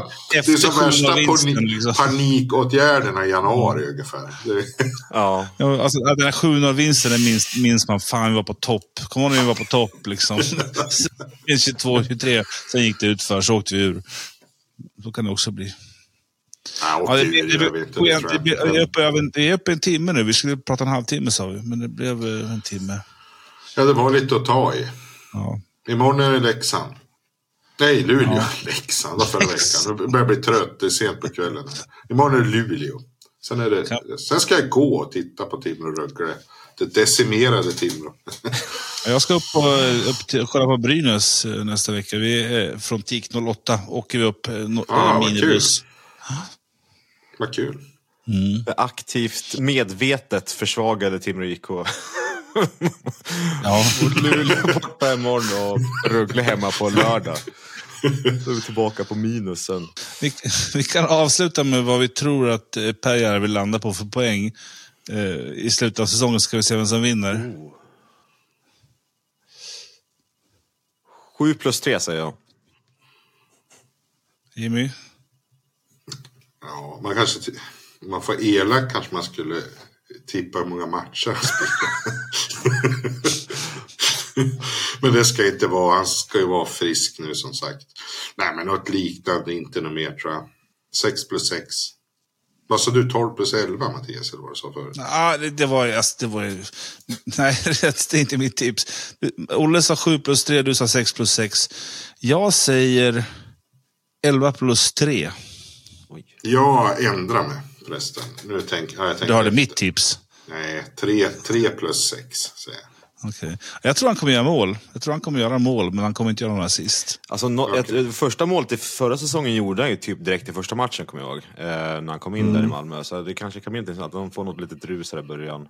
Speaker 5: värsta panikåtgärderna i januari ungefär.
Speaker 6: Ja,
Speaker 4: alltså den här 7-0-vinsten minns man, fan vi var på topp. Kommer ihåg när vi var på topp liksom. 22-23, sen gick det ut för, så åkte vi ur. Så kan det också bli. Det är uppe en timme nu. Vi skulle prata en halvtimme, sa vi, men det blev en timme.
Speaker 5: Ja, det var lite att ta i.
Speaker 4: Ja.
Speaker 5: Imorgon är det Leksand. Nej, Luleå. Ja. Leksand, vad förra veckan. Nu börjar jag bli trött, det är sent på kvällen. Imorgon är det Luleå. Sen ska jag gå och titta på Timrå och Rögle. Det decimerade Timrå.
Speaker 4: Jag ska upp till kolla på Brynäs nästa vecka. Vi är från TIK 08. Åker vi upp minibuss.
Speaker 5: Vad kul.
Speaker 6: Aktivt medvetet försvagade Timrå IK.
Speaker 4: Ja.
Speaker 6: Luleå borta imorgon och Rögle hemma på lördag. Så är vi tillbaka på minusen.
Speaker 4: Vi kan avsluta med vad vi tror att Per Järvi vill landa på för poäng. I slutet av säsongen ska vi se vem som vinner.
Speaker 6: 7+3 säger jag.
Speaker 4: Jimmy?
Speaker 5: Ja, man får elak kanske man skulle tippa hur många matcher. Men det ska inte vara, han ska ju vara frisk nu som sagt. Nej, men något liknande, inte något mer tror jag. 6+6. Vad sa du, 12+11 Mattias, eller vad du sa förut?
Speaker 4: Ja, det var nej, det är inte mitt tips. Olle sa 7+3, du sa 6+6. Jag säger 11+3.
Speaker 5: Jag ändrar mig förresten. Nu jag
Speaker 4: du hade mitt tips.
Speaker 5: Nej, 3+6 säger jag.
Speaker 4: Okej. Jag tror han kommer göra mål. Jag tror han kommer göra mål, men han kommer inte göra några assist.
Speaker 6: Alltså, första målet i förra säsongen gjorde han ju typ direkt i första matchen, kommer jag ihåg. När han kom in där i Malmö. Så det kanske kan bli inte så att de får något litet rus här i början.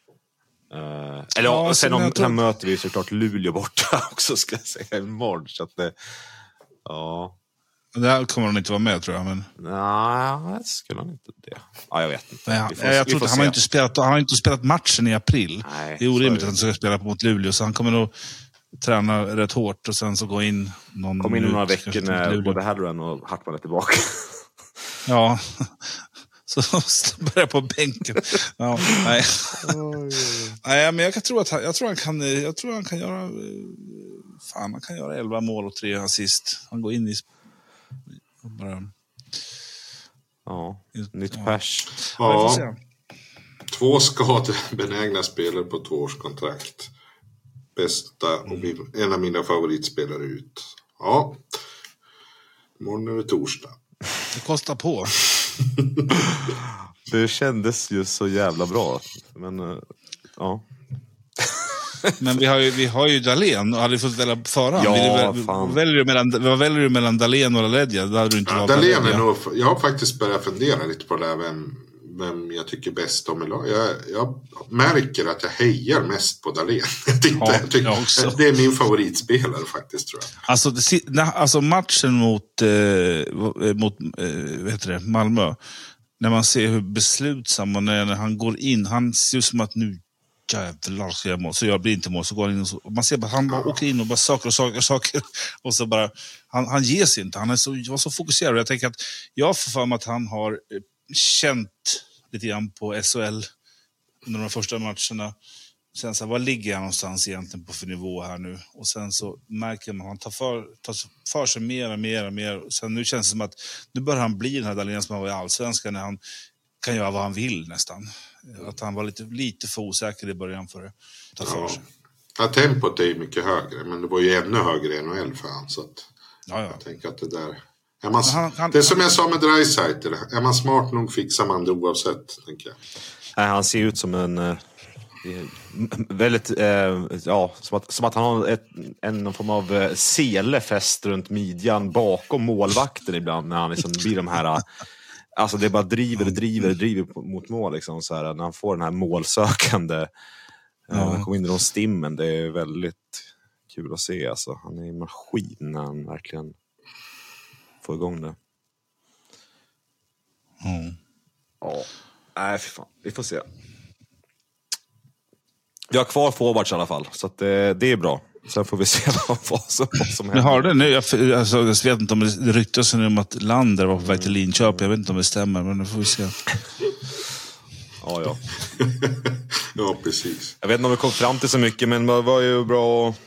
Speaker 6: Sen möter vi såklart Luleå borta också, ska jag säga, imorgon. Så att det... Ja...
Speaker 4: Det här kommer han inte vara med, tror jag. Men...
Speaker 6: Nej, skulle han inte det? Ja, jag vet inte.
Speaker 4: Han har inte spelat matchen i april. Nej, det är orimligt att han ska spela mot Luleå. Så han kommer nog träna rätt hårt och sen så gå in
Speaker 6: några veckor när både Hadron och Hartman är tillbaka.
Speaker 4: Ja. Så börjar på bänken. Ja, nej. Nej, men jag tror han kan göra... Fan, han kan göra 11 mål och 3 assist. Han går in i... Bara...
Speaker 6: Ja, nytt pers.
Speaker 5: Ja, 2 skadebenägna spelare på 2-årskontrakt. Bästa och en av mina favoritspelare ut. Ja, imorgon är det torsdag.
Speaker 4: Det kostar på.
Speaker 6: Det kändes ju så jävla bra. Men, ja.
Speaker 4: Men vi har ju Dahlén och hade fått välja på förhand. Vad väljer du mellan Dahlén och LaLeggia?
Speaker 5: Dahlén är nog, jag har faktiskt börjat fundera lite på det här, vem jag tycker bäst om. Jag märker att jag hejar mest på Dahlén. Det är min favoritspelare faktiskt, tror jag.
Speaker 4: Alltså matchen mot Malmö, när man ser hur beslutsam och när han går in, han ser ut som att nu jävlar ska jag mål, så jag blir inte mål, så går han in och man ser bara han bara åker in och bara saker och så bara han ger sig inte, han var så fokuserad. Jag tänker att jag får för mig att han har känt lite grann på SHL under de första matcherna. Sen så vad ligger han någonstans egentligen på för nivå här nu, och sen så märker man att han tar för sig mer. Sen nu känns det som att nu börjar han bli den här Dahlén som han var i Allsvenskan, när han kan göra vad han vill nästan. Att han var lite för osäker i början för att ta för sig.
Speaker 5: Ja, tempot är ju mycket högre, men det var ju ännu högre än NHL för han, så att jag tänker att det där... det är som jag sa med Dreisaitl, är man smart nog fixar man det oavsett, tänker jag.
Speaker 6: Han ser ut som en väldigt som att han har en form av selefäst runt midjan bakom målvakten ibland, när han liksom blir de här... Alltså det bara driver mot mål liksom, så här, när han får den här målsökande han kommer in i de stimmen. Det är väldigt kul att se, alltså. Han är en maskin när han verkligen får igång det. Ja, nej för fan, vi får se. Vi har kvar forwards i alla fall, så att det är bra. Sen får vi se vad som händer.
Speaker 4: Jag har det nu. Jag vet inte om det ryktas om att Lander var på väg till Linköping. Jag vet inte om det stämmer, men nu får vi se.
Speaker 6: Ja.
Speaker 5: Ja, precis.
Speaker 6: Jag vet inte om vi kom fram till så mycket, men det var ju bra att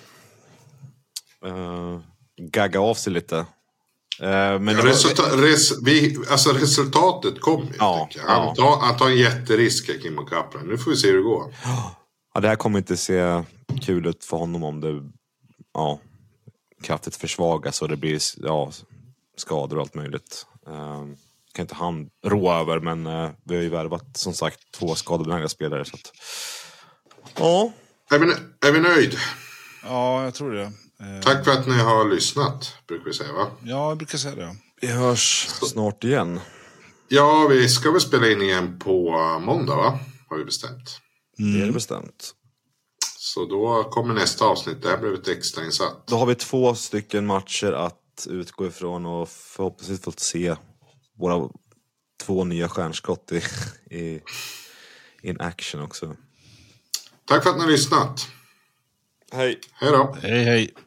Speaker 6: gagga av sig lite. Men resultatet kom ju. Han tar en jätterisk, Kimmo Kaplan. Nu får vi se hur det går. Ja, det här kommer inte se kul ut för honom om det kraftigt försvagas och det blir skador och allt möjligt. Kan inte han rå över, men vi har ju värvat som sagt 2 skadebenägna spelare, så att... Ja.
Speaker 5: Är vi nöjd?
Speaker 4: Ja, jag tror det.
Speaker 5: Tack för att ni har lyssnat, brukar vi säga, va?
Speaker 4: Ja, jag brukar säga det.
Speaker 6: Vi hörs snart igen.
Speaker 5: Ja, vi ska väl spela in igen på måndag, va? Har vi bestämt.
Speaker 6: Det är bestämt.
Speaker 5: Så då kommer nästa avsnitt. Det här blev ett extra insatt.
Speaker 6: Då har vi 2 stycken matcher att utgå ifrån och förhoppningsvis få se våra 2 nya stjärnskott i in action också.
Speaker 5: Tack för att ni har lyssnat.
Speaker 6: Hej.
Speaker 5: Hej då.
Speaker 4: Hej.